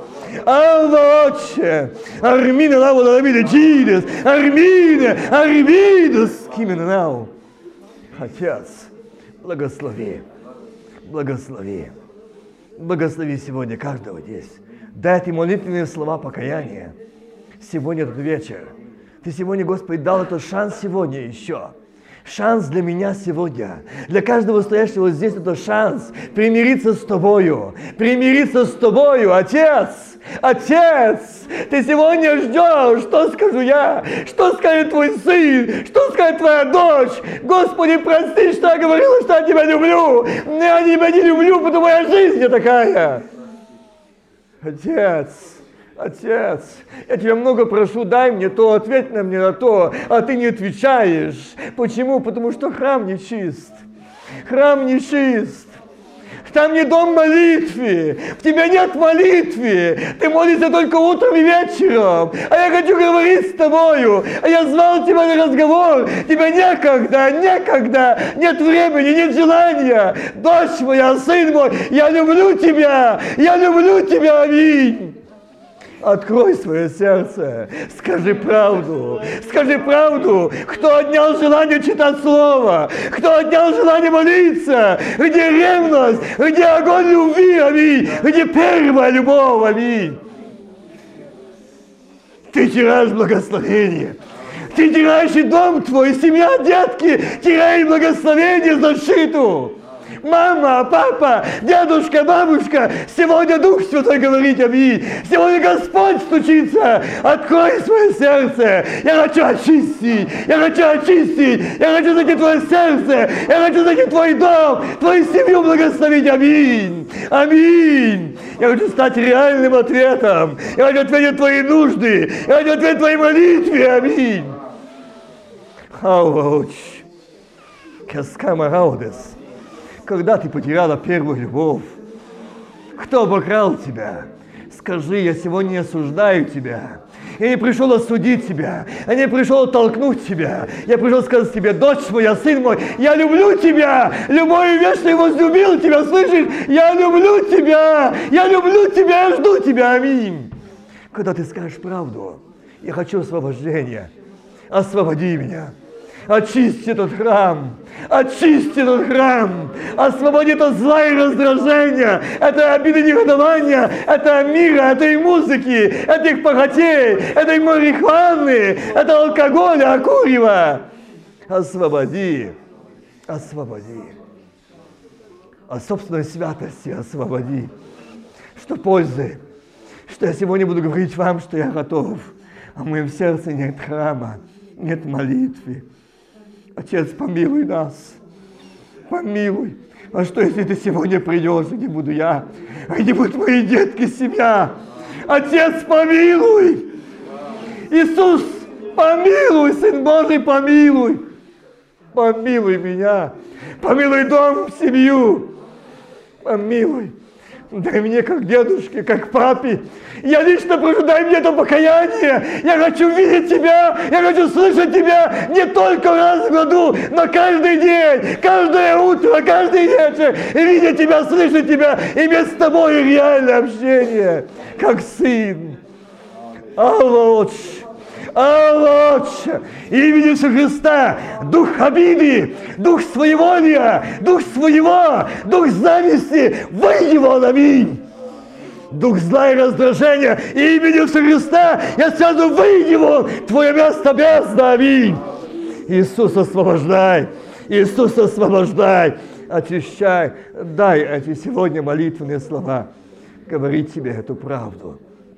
Аллах. Армина лава лавида чидес. Армина, армидес. Кименау. Отец, благослови. Благослови. Благослови сегодня каждого здесь. Дай эти молитвенные слова покаяния. Сегодня этот вечер. Ты сегодня, Господи, дал этот шанс сегодня еще. Шанс для меня сегодня. Для каждого стоящего здесь это шанс примириться с Тобою. Примириться с Тобою, Отец. Отец, Ты сегодня ждешь, что скажу я, что скажет Твой сын, что скажет Твоя дочь. Господи, прости, что я говорила, что я Тебя люблю. Я Тебя не люблю, потому моя жизнь не такая. Отец, Отец, я Тебя много прошу, дай мне то, ответь на мне на то, а Ты не отвечаешь. Почему? Потому что храм не чист. Храм не чист. Там не дом молитвы, в тебя нет молитвы, ты молишься только утром и вечером, а я хочу говорить с тобою, а я звал тебя на разговор, тебя некогда, некогда, нет времени, нет желания, дочь моя, сын мой, я люблю тебя, я люблю тебя, аминь. Открой свое сердце, скажи правду, скажи правду, кто отнял желание читать Слово, кто отнял желание молиться, где ревность, где огонь любви, аминь, где первая любовь, аминь. Ты теряешь благословение, ты теряешь и дом твой, семья, детки, теряешь благословение, защиту. Мама, папа, дедушка, бабушка, сегодня Дух Святой говорит аминь. Сегодня Господь стучится. Открой свое сердце. Я хочу очистить. Я хочу очистить. Я хочу зайти в твое сердце. Я хочу зайти в твой дом, твою семью благословить. Аминь. Аминь. Я хочу стать реальным ответом. Я хочу ответить твои нужды. Я хочу ответить твоей молитве. Аминь. Ауч. Каскама раудес. Когда ты потеряла первую любовь? Кто обокрал тебя? Скажи, я сегодня не осуждаю тебя. Я не пришел осудить тебя. Я не пришел толкнуть тебя. Я пришел сказать тебе, дочь моя, сын мой, я люблю тебя. Любовью вечной возлюбил тебя, слышишь? Я люблю тебя. Я люблю тебя, я жду тебя. Аминь. Когда ты скажешь правду, я хочу освобождения. Освободи меня. Очисти этот храм, очисти этот храм, освободи это зла и раздражения, это обиды негодования, это мира, это и музыки, это их похотей, это и марихуаны, это алкоголя, курева. Освободи, освободи, от собственной святости освободи. Что пользы, что я сегодня буду говорить вам, что я готов, а в моем сердце нет храма, нет молитвы. Отец, помилуй нас, помилуй. А что, если ты сегодня придешь, и не буду я, а не будут мои детки, семья? Отец, помилуй! Иисус, помилуй, Сын Божий, помилуй! Помилуй меня, помилуй дом, семью, помилуй. Дай мне, как дедушке, как папе. Я лично прошу, дай мне это покаяние. Я хочу видеть тебя, я хочу слышать тебя не только раз в году, но каждый день, каждое утро, каждый вечер. И видеть тебя, слышать тебя, иметь с тобой реальное общение, как сын. Аллах, Аллах, имени Иисуса Христа, дух обиды, дух своеволия, дух своего, дух зависти, выйди вон, аминь. Дух зла и раздражения, имени Иисуса Христа, я сразу выйди вон, твое место бездна, аминь. Иисус, освобождай, Иисус, освобождай, очищай. Дай эти сегодня молитвенные слова говорить тебе эту правду.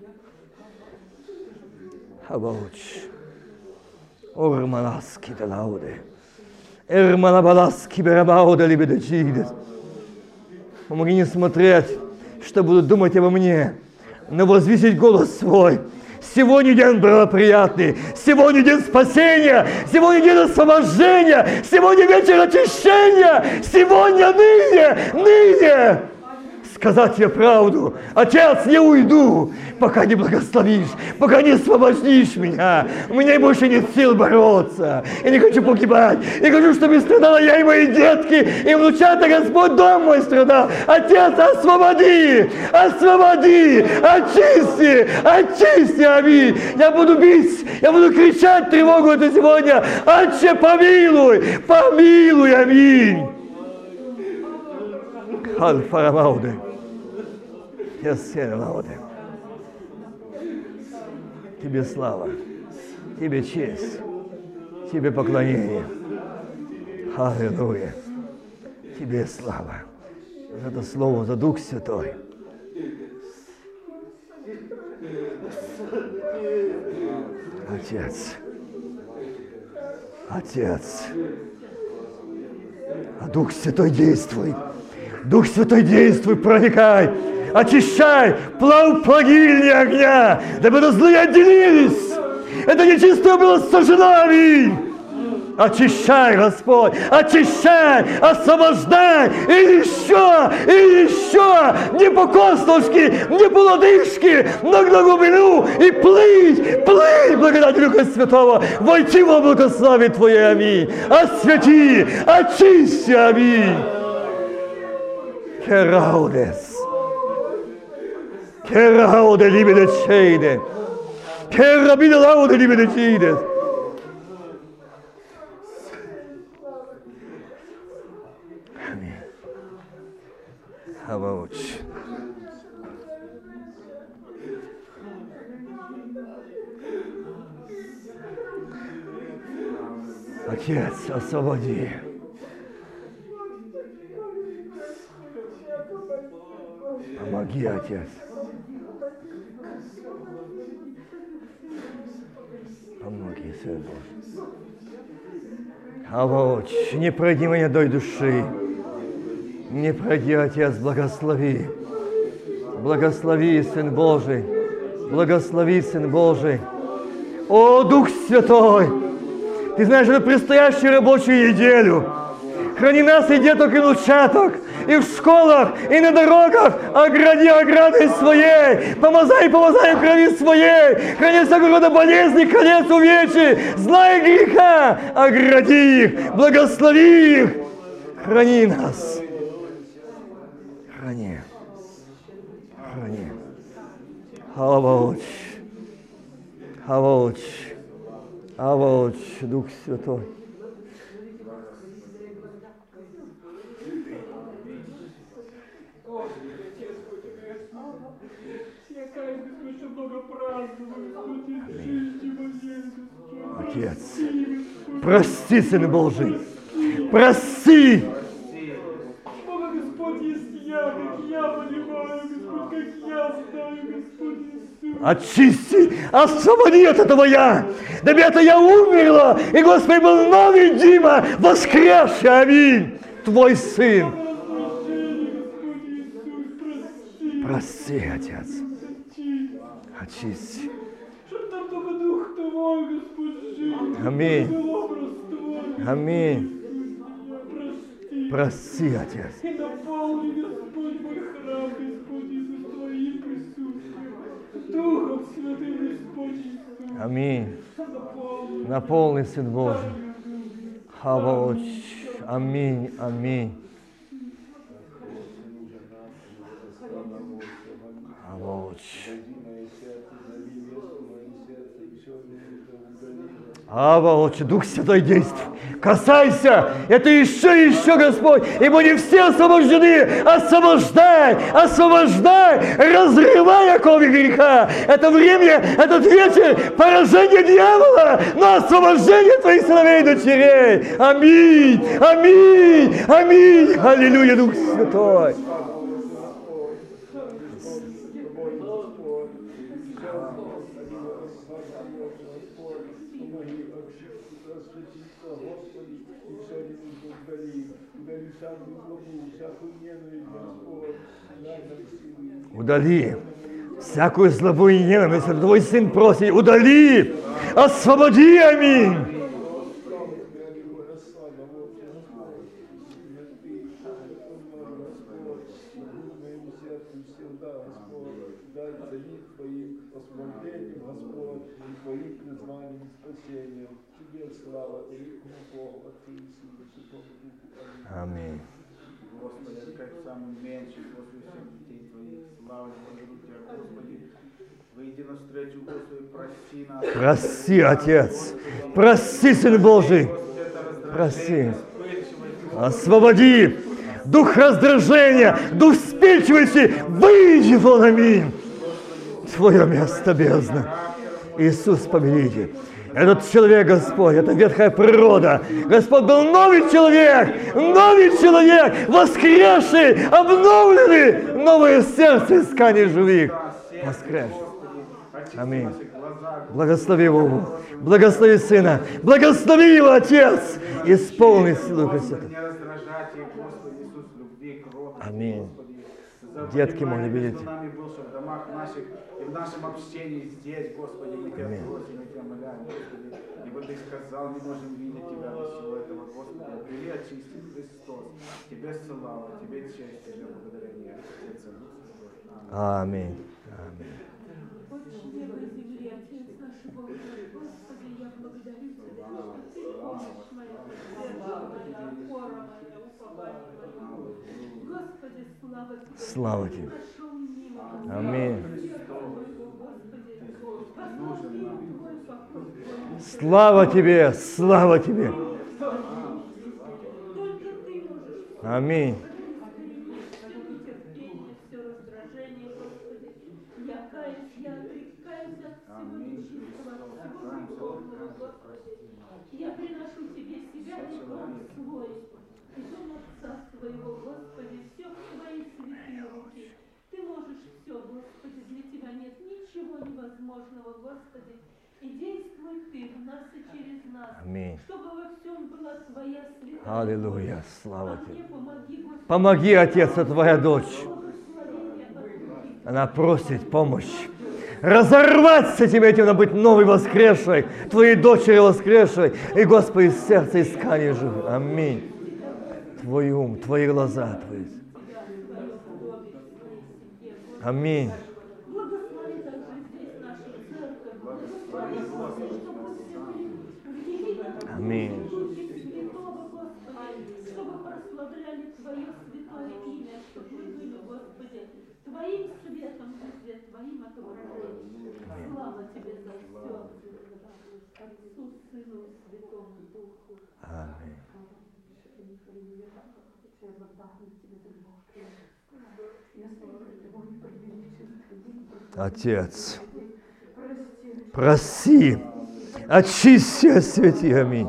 Абауч. Орманаски делауде. Эрманабаласки берабауде либедачидес. Помоги не смотреть, что будут думать обо мне, но возвысить голос свой. Сегодня день благоприятный, сегодня день спасения, сегодня день освобождения, сегодня вечер очищения, сегодня ныне, ныне. Сказать тебе правду. Отец, не уйду, пока не благословишь, пока не освободишь меня. У меня больше нет сил бороться. Я не хочу погибать. Я хочу, чтобы страдала я и мои детки, и внучата, Господь, дом мой страдал. Отец, освободи, освободи, очисти, очисти, аминь. Я буду бить, я буду кричать тревогу эту сегодня. Отче, помилуй, помилуй, аминь. Альфа-Рамауде. Тебе слава, тебе честь, тебе поклонение. Аллилуйя. Тебе слава за это слово, за Дух Святой. Отец, Отец, а Дух Святой действуй. Дух Святой действуй, проникай, очищай, плав погильни огня, дабы злые отделились. Это нечистое было сожжено, аминь. Очищай, Господь, очищай, освобождай, и еще, и еще, не по косточке, не по лодыжке, но на глубину, и плыть, плыть, благодать Духа Святого, войти в облако славы Твоей, аминь. Освети, очисти, аминь. Кераудес. Керауде либедечейде. Керабиде лауде либедечейде. Аминь. Авауч. Отец, освободи. Помоги, Отец. Помоги, Сын Божий. Авоч, не пройди меня до души. Не пройди, Отец, благослови. Благослови, Сын Божий. Благослови, Сын Божий. О, Дух Святой! Ты знаешь, это предстоящую рабочую неделю. Храни нас и деток, и внучаток, и в школах, и на дорогах. Огради оградой своей, помазай, помазай в крови своей. Храни всякого рода болезни, конец увечий, зла и греха. Огради их, благослови их. Храни нас. Храни. Храни. Авауч. Авауч. Авауч, Дух Святой. Отец, прости, Сын Божий, прости. Бога, Господь, есть я, как я понимаю, Господь, как я знаю, Господь Иисус. Очисти, освободи от этого я. Дабы это я умерла, и Господь был новый Дима, воскресший, аминь, Твой Сын. Прости, Отец. Очисти. Чтоб там только Дух Твой, Господь, жил. Аминь. Образ Твой. Аминь. Прости. Прости, Отец. И наполни, Господь, мой храм, Господь Иисус, Твоим присутствием. Духом Святым, Господь Иисус. Аминь. Наполни. Наполни, Сын Божий. Хаваоч. Аминь. Аминь. Хаваоч. Аваоч, Дух Святой действуй. Касайся, это еще и еще, Господь, и будем все освобождены. Освобождай, освобождай, разрывай оковы греха. Это время, этот вечер поражение дьявола, но освобождение твоих сыновей и дочерей. Аминь, аминь, аминь. Аллилуйя, Дух Святой. Удали всякую злобу и ненависть. Твой Сын просит, удали, освободи, аминь. Аминь. Господи, как самый меньший после всех детей Твоих, слава благодарю Тебя, Господи. Выйди навстречу, Господи, прости нас. Прости, Отец. Прости, Сын Божий. Прости. Освободи. Дух раздражения, дух вспыльчивости, выйди вон, аминь. Твое место бездна. Иисус, победитель. Этот человек, Господь, это ветхая природа. Господь был новый человек, новый человек, воскресший, обновленный, новое сердце искания живых. Воскресший. Аминь. Благослови его, благослови Сына, благослови его, Отец, исполни силу Христа. Аминь. Детки могли видеть. И в нашем общении здесь, Господи, мы Тебя просим, мы Тебя моляем, Господи. Ибо Ты сказал, не можем видеть Тебя до всего этого, Господи. Отбери, очисти, Христос. Тебе слава, Тебе честь, Тебе благодарение. Отец, Аминь. Аминь. Слава Тебе. Аминь. Слава Тебе, слава Тебе. Аминь. Я приношу Тебе себя и Дом свой, и Дом Отца своего, Господи, все в Твои святые руки. Ты можешь все, Господи, для Тебя нет ничего невозможного, Господи. И действуй Ты в нас и через нас, Аминь. чтобы во всем была Твоя святая. Аллилуйя, слава А Тебе. мне помоги, Господи. Помоги, Отец, это Твоя дочь. Она просит помощи. Разорвать с этим этим, быть новой воскресшей, Твоей дочери воскресшей, и, Господи, сердце искания живых. Аминь. Твой ум, Твои глаза, Твои. Аминь. Благослови также здесь нашу церковь. Благослови, Господи, чтобы все были в Аминь. Святого, Господи, чтобы прославляли Твое святое имя, чтобы мы были, Господи, Твоим светом, везде, Твоим отображением. Слава Тебе за все. Отцу, Сыну, Святому Духу. Аминь. Отец, прости, очисти, освети, аминь.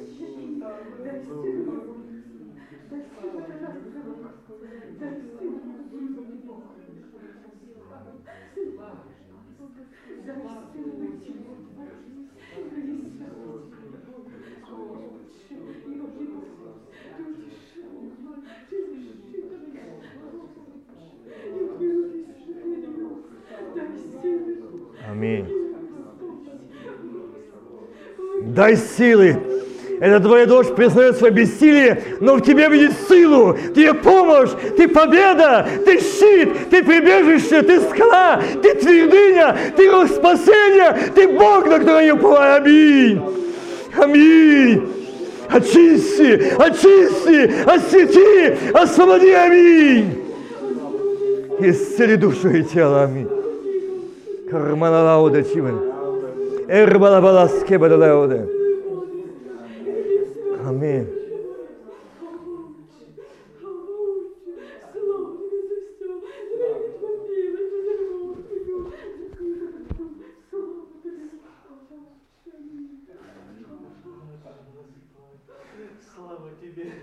Аминь. Дай силы. Эта твоя дочь признает свое бессилие, но в тебе видит силу, в тебе помощь, ты победа, ты щит, ты прибежище, ты скала, ты твердыня, ты рог спасения, ты Бог, на который я уповаю. Аминь. Аминь. Очисти, очисти, освети, освободи, аминь. Исцели душу и тело, аминь. Карманалауда чивен. Эрбалабаласке бадалауде. Аминь. Аминь. Слава тебе.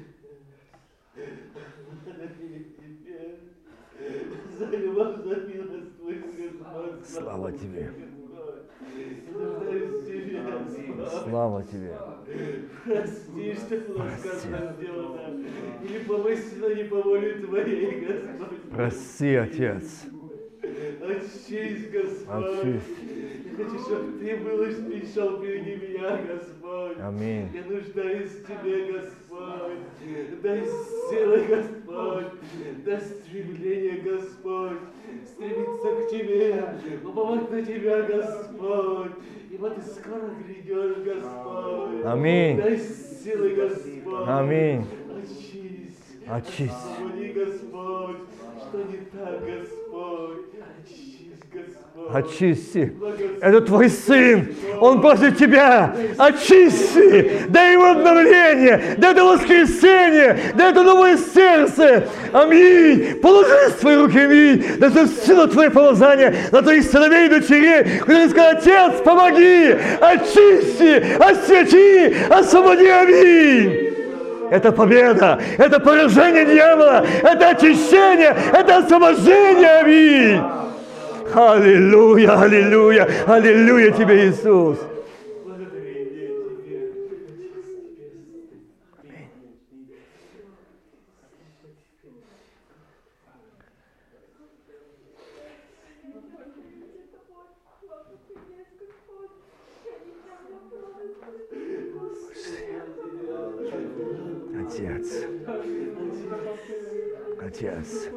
За любовь, за милость Твою, Господь. Слава тебе. Нуждаюсь в Тебе, Господь. Слава тебе. Прости, что было сказано, сделано. Или помысленно, не по воле Твоей, Господь. Прости, Отец. Очись, Господь. Очись. Я хочу, чтобы Ты был и пришел впереди меня, Господь. Аминь. Я нуждаюсь в Тебе, Господь. Дай силы, Господь. Дай стремление, Господь. Стремиться к Тебе. Уповать на Тебя, Господь. Ибо Ты скоро грядешь, Господь. Аминь. Дай силы, Господь. Аминь. Очись. Очись. Освободи, Господь. Что не так, Господь. Очись, Господь. Очисти. Это твой сын. Он после тебя. Очисти. Дай ему обновление. Дай это воскресенье. Дай это новое сердце. Аминь. Положи свои руки, аминь. Да это сила твоего помазания на твоих сыновей и дочерей. Когда сказал: Отец, помоги. Очисти. Освети. Освободи, аминь. Это победа, это поражение дьявола, это очищение, это освобождение, аминь. Аллилуйя, аллилуйя, аллилуйя тебе, Иисус. Отец, Отец,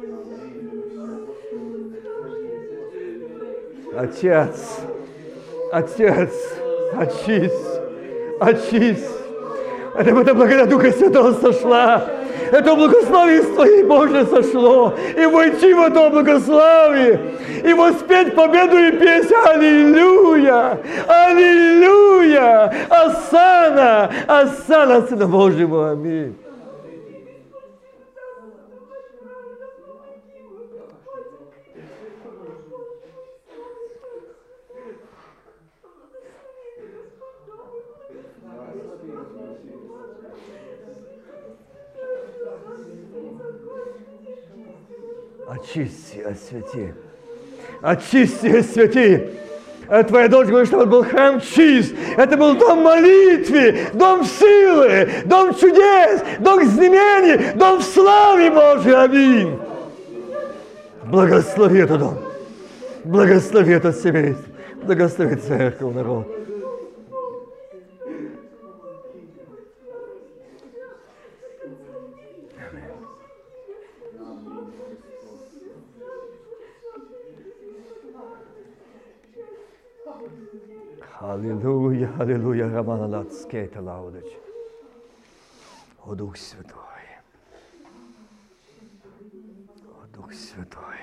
Отец, Отец, очись, очись. Это, это благодать Духа Святого сошла. Это благословие из Твоей Божьей сошло. И войти в это благословие. И воспеть победу и песнь. Аллилуйя! Аллилуйя! Осанна! Осанна Сына Божьему! Аминь. Очисти, освети. Очисти, освети. А твоя дочь говорит, что это был храм чист. Это был дом молитвы, дом силы, дом чудес, дом знамений, дом славы Божьей. Аминь. Благослови этот дом. Благослови это семейство. Благослови церковь, народ. Аллилуйя, аллилуйя, Романа Лацкейта Лаудыч. О Дух Святой, о Дух Святой,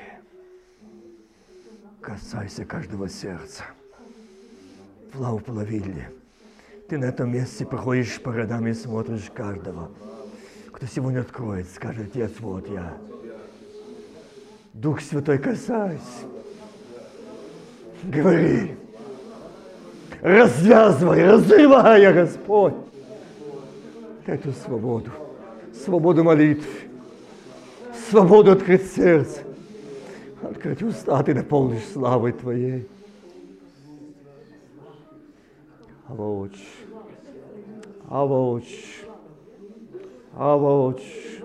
касайся каждого сердца. Плав плавильни. Ты на этом месте проходишь по родам и смотришь каждого. Кто сегодня откроет, скажет: Отец, вот я. Дух Святой, касайся. Говори. Развязывай, разрывай, Господь, эту свободу, свободу молитвы, свободу открыть сердце, открыть уста, ты наполнишь славой Твоей. Авоч, авоч, авоч.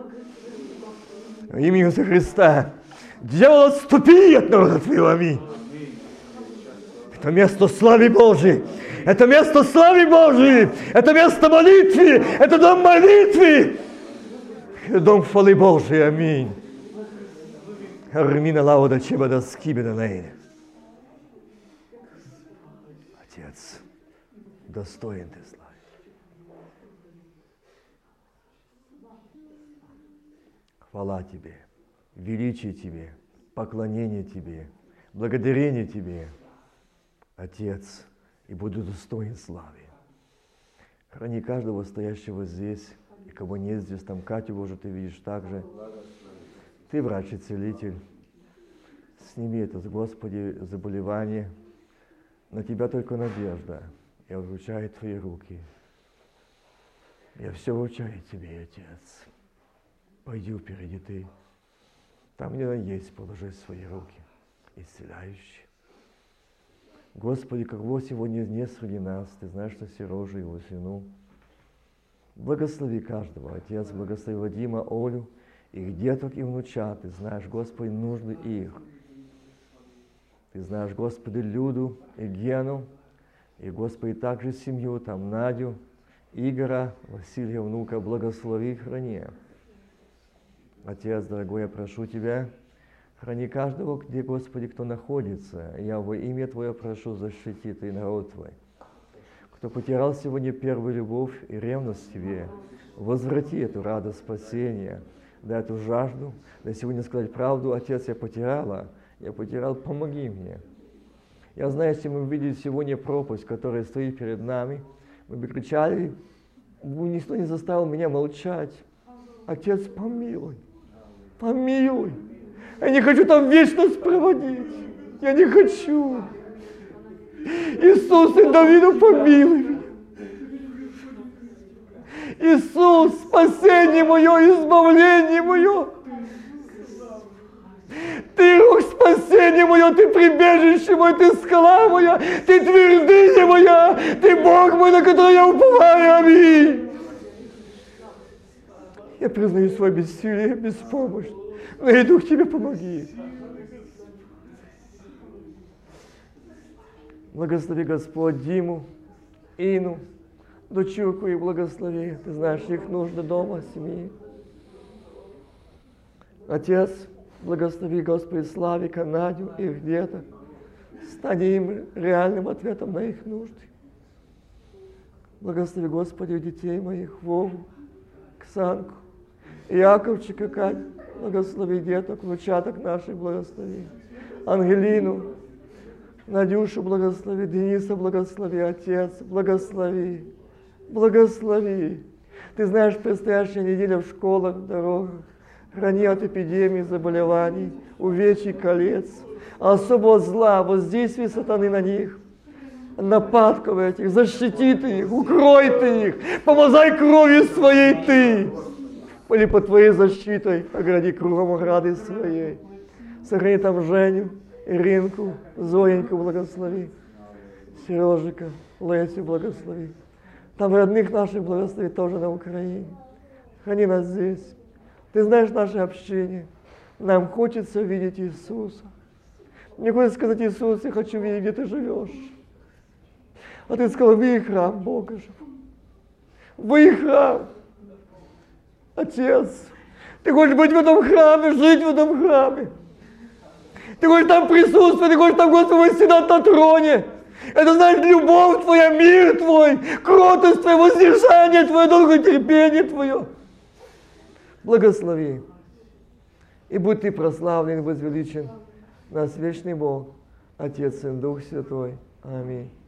Имя Иисуса Христа, дьявол, отступи от народа Твоего, аминь. Это место славы Божьей. Это место славы Божьей. Это место молитвы. Это дом молитвы. Это дом хвалы Божьей. Аминь. Армина лауда чебада скибеда нейне. Отец, достоин Ты славы. Хвала Тебе, величие Тебе, поклонение Тебе, благодарение Тебе. Отец, и буду достоин славы. Храни каждого стоящего здесь И кого нет здесь, там Катю Божию ты видишь также. Ты врач и целитель. Сними это, Господи, заболевание. На Тебя только надежда. Я вручаю Твои руки. Я все вручаю Тебе, Отец. Пойди впереди Ты. Там, где есть, положи свои руки, исцеляющие. Господи, кого сегодня нет среди нас, Ты знаешь, что Сережу, его сыну. Благослови каждого, Отец, благослови Вадима, Олю, их деток и внучат. Ты знаешь, Господи, нужды их. Ты знаешь, Господи, Люду и Гену, и, Господи, также семью, там, Надю, Игора, Василия, внука, благослови и храни. Отец, дорогой, я прошу Тебя, храни каждого, где, Господи, кто находится. Я во имя Твое прошу, защити Ты народ Твой. Кто потерял сегодня первую любовь и ревность к Тебе, возврати эту радость спасения, дай эту жажду, дай сегодня сказать правду: Отец, я потеряла, я потерял, помоги мне. Я знаю, если мы увидели сегодня пропасть, которая стоит перед нами, мы бы кричали, никто не заставил меня молчать. Отец, помилуй, помилуй. Я не хочу там вечность проводить. Я не хочу. Иисус, и Давиду, помилуй меня. Иисус, спасение мое, избавление мое. Ты рук спасение мое, Ты прибежище мое, Ты скала моя, Ты твердыня моя, Ты Бог мой, на который я уповаю. Аминь. Я признаю свое бессилие, беспомощность, но иду к Тебе, помоги. Благослови, Господь, Диму, Ину, дочурку и благослови. Ты знаешь их нужды дома, семьи. Отец, благослови, Господи, Славика, Надю, их деток. Стань им реальным ответом на их нужды. Благослови, Господи, детей моих, Вову, Ксанку, Яковчика, Кать. Благослови деток, внучаток наших, благослови. Ангелину, Надюшу благослови, Дениса благослови, Отец, благослови, благослови. Ты знаешь, предстоящая неделя в школах, в дорогах. Храни от эпидемий, заболеваний, увечий, колец, особого зла, воздействия сатаны на них, нападков этих, защити Ты их, укрой Ты их, помазай кровью Своей Ты, или под Твоей защитой огради кругом ограды Своей. Сохрани там Женю, Иринку, Зоеньку благослови, Сережика, Лесю благослови. Там родных наших благослови тоже на Украине. Храни нас здесь. Ты знаешь наше общение. Нам хочется видеть Иисуса. Мне хочется сказать: Иисус, я хочу видеть, где Ты живешь. А Ты сказал: вы храм Бога живу. Вы храм. Отец, Ты хочешь быть в этом храме, жить в этом храме. Ты хочешь там присутствовать, Ты хочешь там, Господи, восседать на троне. Это значит любовь Твоя, мир Твой, кротость Твоя, воздержание Твое, долготерпение Твое. Благослови. И будь Ты прославлен, возвеличен, наш вечный Бог, Отец и Дух Святой. Аминь.